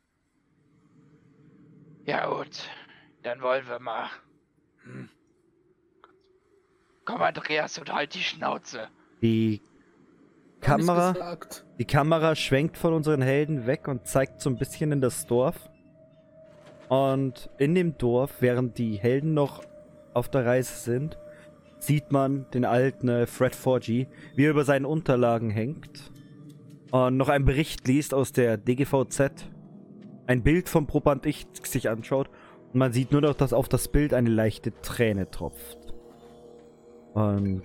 Ja gut, dann wollen wir mal. Hm. Komm, Andreas, und halt die Schnauze. Die Hab ich's Kamera, gesagt? die Kamera schwenkt von unseren Helden weg und zeigt so ein bisschen in das Dorf. Und in dem Dorf, während die Helden noch auf der Reise sind, sieht man den alten äh, Fred Forgy, wie er über seinen Unterlagen hängt und noch einen Bericht liest aus der D G V Z. Ein Bild vom Proband X sich anschaut und man sieht nur noch, dass auf das Bild eine leichte Träne tropft. Und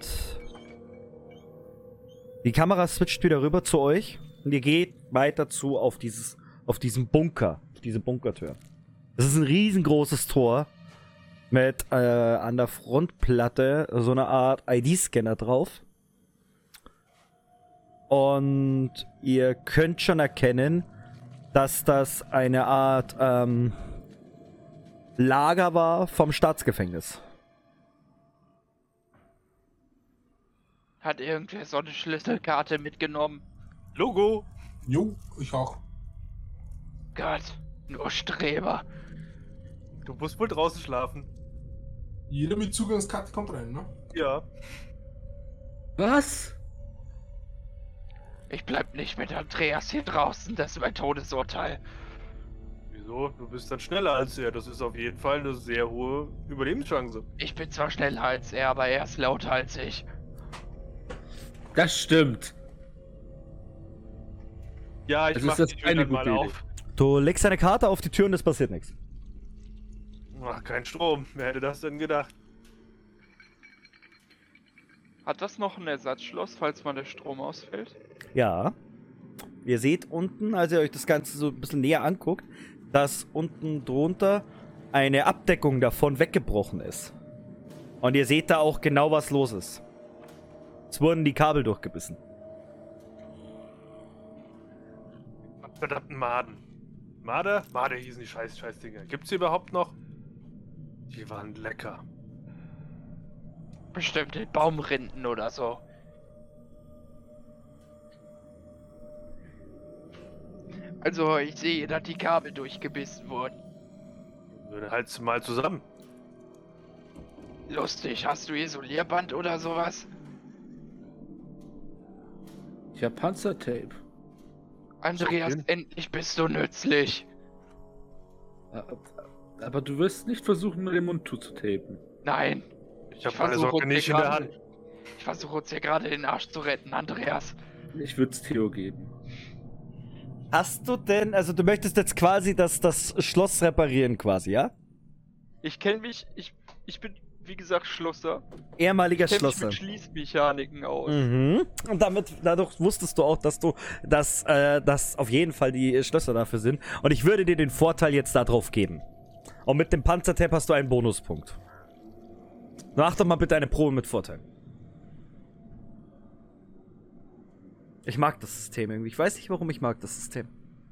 die Kamera switcht wieder rüber zu euch und ihr geht weiter zu auf dieses, auf diesen Bunker, diese Bunkertür. Das ist ein riesengroßes Tor mit äh, an der Frontplatte so eine Art I D-Scanner drauf. Und ihr könnt schon erkennen, dass das eine Art ähm, Lager war vom Staatsgefängnis. Hat irgendwer so eine Schlüsselkarte mitgenommen? Logo! Jo, ich auch. Gott, nur Streber. Du musst wohl draußen schlafen. Jeder mit Zugangskarte kommt rein, ne? Ja. Was? Ich bleib nicht mit Andreas hier draußen, das ist mein Todesurteil. Wieso? Du bist dann schneller als er. Das ist auf jeden Fall eine sehr hohe Überlebenschance. Ich bin zwar schneller als er, aber er ist lauter als ich. Das stimmt. Ja, ich Das mach ist das die Tür keine dann mal gute Idee. auf. Du legst deine Karte auf die Tür und es passiert nichts. Ach, kein Strom. Wer hätte das denn gedacht? Hat das noch ein Ersatzschloss, falls mal der Strom ausfällt? Ja. Ihr seht unten, als ihr euch das Ganze so ein bisschen näher anguckt, dass unten drunter eine Abdeckung davon weggebrochen ist. Und ihr seht da auch genau, was los ist. Es wurden die Kabel durchgebissen. Verdammten Maden. Made? Made hießen die scheiß, scheiß Dinger. Gibt's die überhaupt noch? Die waren lecker. Bestimmt in Baumrinden oder so. Also, ich sehe, dass die Kabel durchgebissen wurden. Dann halt's mal zusammen. Lustig, hast du Isolierband oder sowas? Ich hab Panzertape. Andreas, Okay. endlich bist du nützlich. Aber du wirst nicht versuchen, mir den Mund zuzutapen. Nein. Ich hab Ich meine versuche Socke uns nicht hier in der gerade- Hand. Ich versuche uns hier gerade den Arsch zu retten, Andreas. Ich würde es Theo geben. Hast du denn, also du möchtest jetzt quasi das, das Schloss reparieren quasi, ja? Ich kenne mich, ich, ich bin, wie gesagt, Schlosser. Ehemaliger Ich kenne mich Schlosser. mit Schließmechaniken aus. Mhm. Und damit, dadurch wusstest du auch, dass du, dass, äh, dass auf jeden Fall die Schlösser dafür sind. Und ich würde dir den Vorteil jetzt darauf geben. Und mit dem Panzertape hast du einen Bonuspunkt. Mach doch mal bitte eine Probe mit Vorteil. Ich mag das System irgendwie. Ich weiß nicht, warum ich mag das System.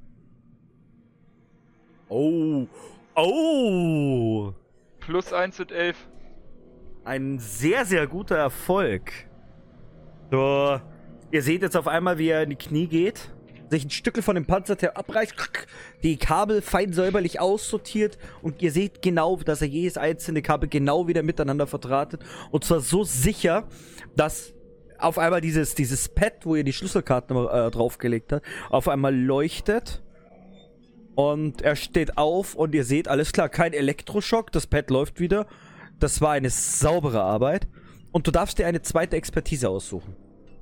Oh. Oh. Plus eins und elf. Ein sehr, sehr guter Erfolg. So, ihr seht jetzt auf einmal, wie er in die Knie geht, sich ein Stückel von dem Panzertape abreißt, die Kabel fein säuberlich aussortiert und ihr seht genau, dass er jedes einzelne Kabel genau wieder miteinander verdrahtet und zwar so sicher, dass auf einmal dieses, dieses Pad, wo ihr die Schlüsselkarten äh, draufgelegt habt, auf einmal leuchtet. Und er steht auf und ihr seht, alles klar, kein Elektroschock, das Pad läuft wieder. Das war eine saubere Arbeit. Und du darfst dir eine zweite Expertise aussuchen.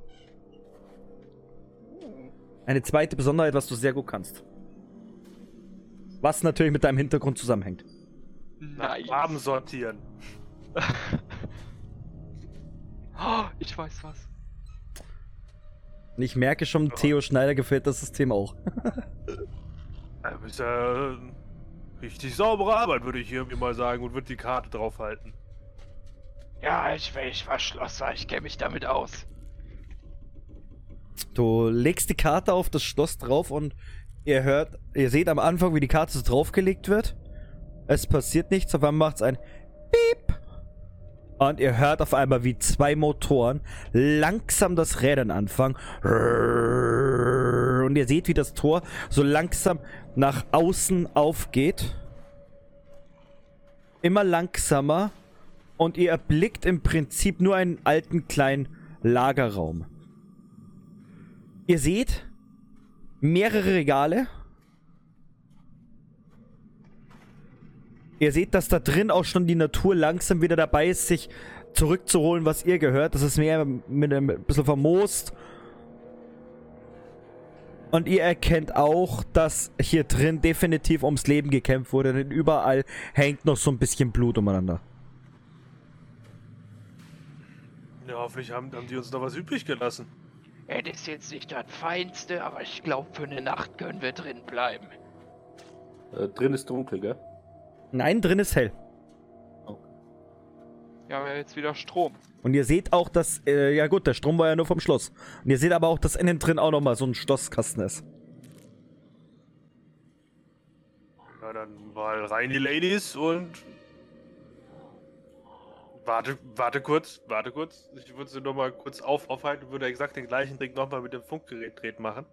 Eine zweite Besonderheit, was du sehr gut kannst. Was natürlich mit deinem Hintergrund zusammenhängt. Nice. Farben sortieren. Oh, ich weiß was. Und ich merke schon, Theo Schneider gefällt das System auch. Das ist ja äh, richtig saubere Arbeit, würde ich hier mal sagen, und würde die Karte draufhalten. Ja, ich will, ich war Schlosser, ich kenne mich damit aus. Du legst die Karte auf das Schloss drauf und ihr hört, ihr seht am Anfang, wie die Karte so draufgelegt wird. Es passiert nichts, auf einmal macht es ein Piep. Und ihr hört auf einmal, wie zwei Motoren langsam das Rädern anfangen. Und ihr seht, wie das Tor so langsam nach außen aufgeht. Immer langsamer. Und ihr erblickt im Prinzip nur einen alten kleinen Lagerraum. Ihr seht mehrere Regale. Ihr seht, dass da drin auch schon die Natur langsam wieder dabei ist, sich zurückzuholen, was ihr gehört. Das ist mehr mit einem bisschen vermoost. Und ihr erkennt auch, dass hier drin definitiv ums Leben gekämpft wurde, denn überall hängt noch so ein bisschen Blut umeinander. Ja, hoffentlich haben, haben die uns noch was übrig gelassen. Es ist jetzt nicht das Feinste, aber ich glaube, für eine Nacht können wir drin bleiben. Äh, drin ist dunkel, gell? Nein, drin ist hell. Wir haben ja jetzt wieder Strom. Und ihr seht auch, dass, äh, ja gut, der Strom war ja nur vom Schloss. Und ihr seht aber auch, dass innen drin auch nochmal so ein Schlosskasten ist. Na dann mal rein die Ladies und... Warte, warte kurz, warte kurz. Ich würde sie noch mal kurz auf, aufhalten und würde exakt den gleichen Trick nochmal mit dem Funkgerät dreht machen.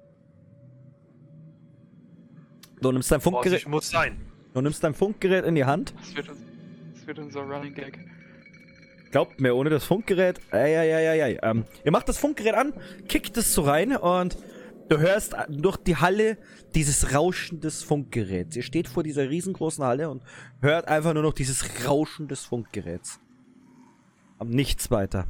Du nimmst dein Funkgerät, Vorsicht muss sein. du nimmst dein Funkgerät in die Hand. Das wird, uns, das wird unser Running Gag. Glaubt mir, ohne das Funkgerät, äh, ja, ja, ja, ja. Ähm, ihr macht das Funkgerät an, kickt es so rein und du hörst durch die Halle dieses Rauschen des Funkgeräts. Ihr steht vor dieser riesengroßen Halle und hört einfach nur noch dieses Rauschen des Funkgeräts. Aber nichts weiter.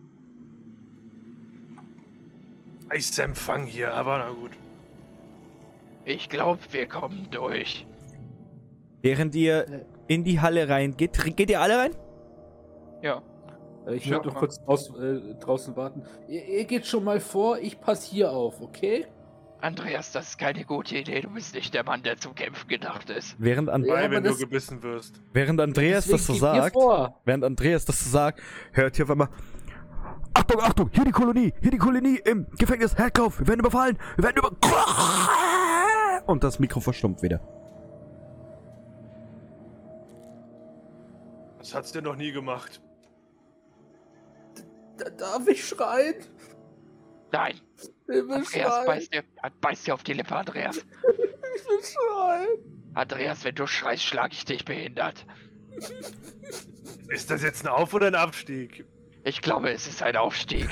Eisempfang hier, aber na gut. Ich glaube, wir kommen durch. Während ihr in die Halle reingeht, geht ihr alle rein? Ja. Äh, ich Ja, werde noch Mann. kurz draußen, äh, draußen warten. Ihr, ihr geht schon mal vor, ich passe hier auf, okay? Andreas, das ist keine gute Idee. Du bist nicht der Mann, der zum Kämpfen gedacht ist. Während, an Ja, Weil, aber wenn das- du gebissen wirst. während Andreas das so Deswegen geht ihr sagt, vor. während Andreas das so sagt, hört ihr auf einmal: Achtung, Achtung, hier die Kolonie, hier die Kolonie im Gefängnis, Herkauf, wir werden überfallen, wir werden über... Und das Mikro verstummt wieder. Das hat's dir noch nie gemacht. Da darf ich schreien? Nein. Ich will Andreas, schreien. beiß dir, beiß dir auf die Lippe, Andreas. Ich will schreien. Andreas, wenn du schreist, schlag ich dich behindert. Ist das jetzt ein Auf- oder ein Abstieg? Ich glaube, es ist ein Aufstieg.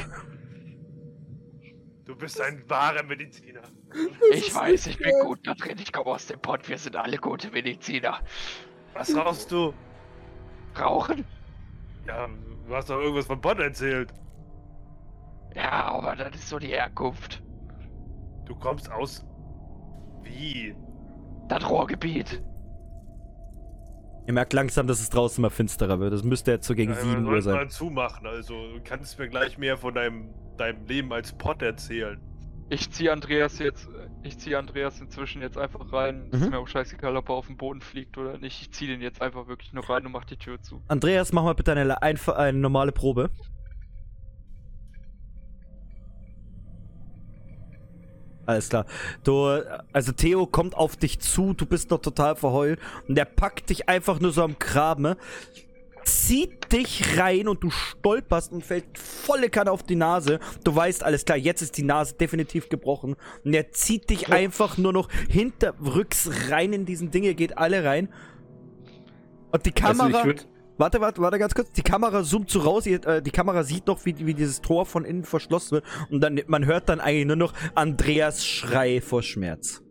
Du bist ein wahrer Mediziner. Ich weiß, ich bin gut da drin. Ich komme aus dem Pott. Wir sind alle gute Mediziner. Was rauchst du? Rauchen? Ja, du hast doch irgendwas von Pott erzählt. Ja, aber das ist so die Herkunft. Du kommst aus... Wie? Das Ruhrgebiet. Ihr merkt langsam, dass es draußen mal finsterer wird. Es müsste jetzt so gegen Ja, sieben wir Uhr sollten mal sein. zumachen, also du kannst mir gleich mehr von deinem, deinem Leben als Pott erzählen. Ich ziehe Andreas jetzt, ich ziehe Andreas inzwischen jetzt einfach rein. Ist Mhm. mir auch scheißegal, ob er auf den Boden fliegt oder nicht. Ich ziehe den jetzt einfach wirklich nur rein und mach die Tür zu. Andreas, mach mal bitte eine, eine, eine normale Probe. Alles klar. Du, also Theo kommt auf dich zu, du bist noch total verheult und der packt dich einfach nur so am Kragen, zieht dich rein und du stolperst und fällt volle Kanne auf die Nase. Du weißt, alles klar, jetzt ist die Nase definitiv gebrochen und er zieht dich einfach nur noch hinterrücks rein in diesen Ding, ihr geht alle rein. Und die Kamera... Also ich würd, Warte, warte, warte ganz kurz. Die Kamera zoomt so raus. Ihr, äh, die Kamera sieht noch, wie, wie dieses Tor von innen verschlossen wird. Und dann, man hört dann eigentlich nur noch Andreas Schrei vor Schmerz.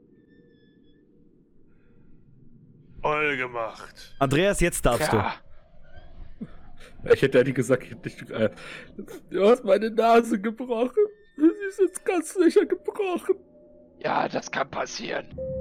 Voll gemacht. Andreas, jetzt darfst Ja, ich hätte ja nicht gesagt, ich hätte nicht, äh, du hast meine Nase gebrochen. Sie ist jetzt ganz sicher gebrochen. ja, das kann passieren.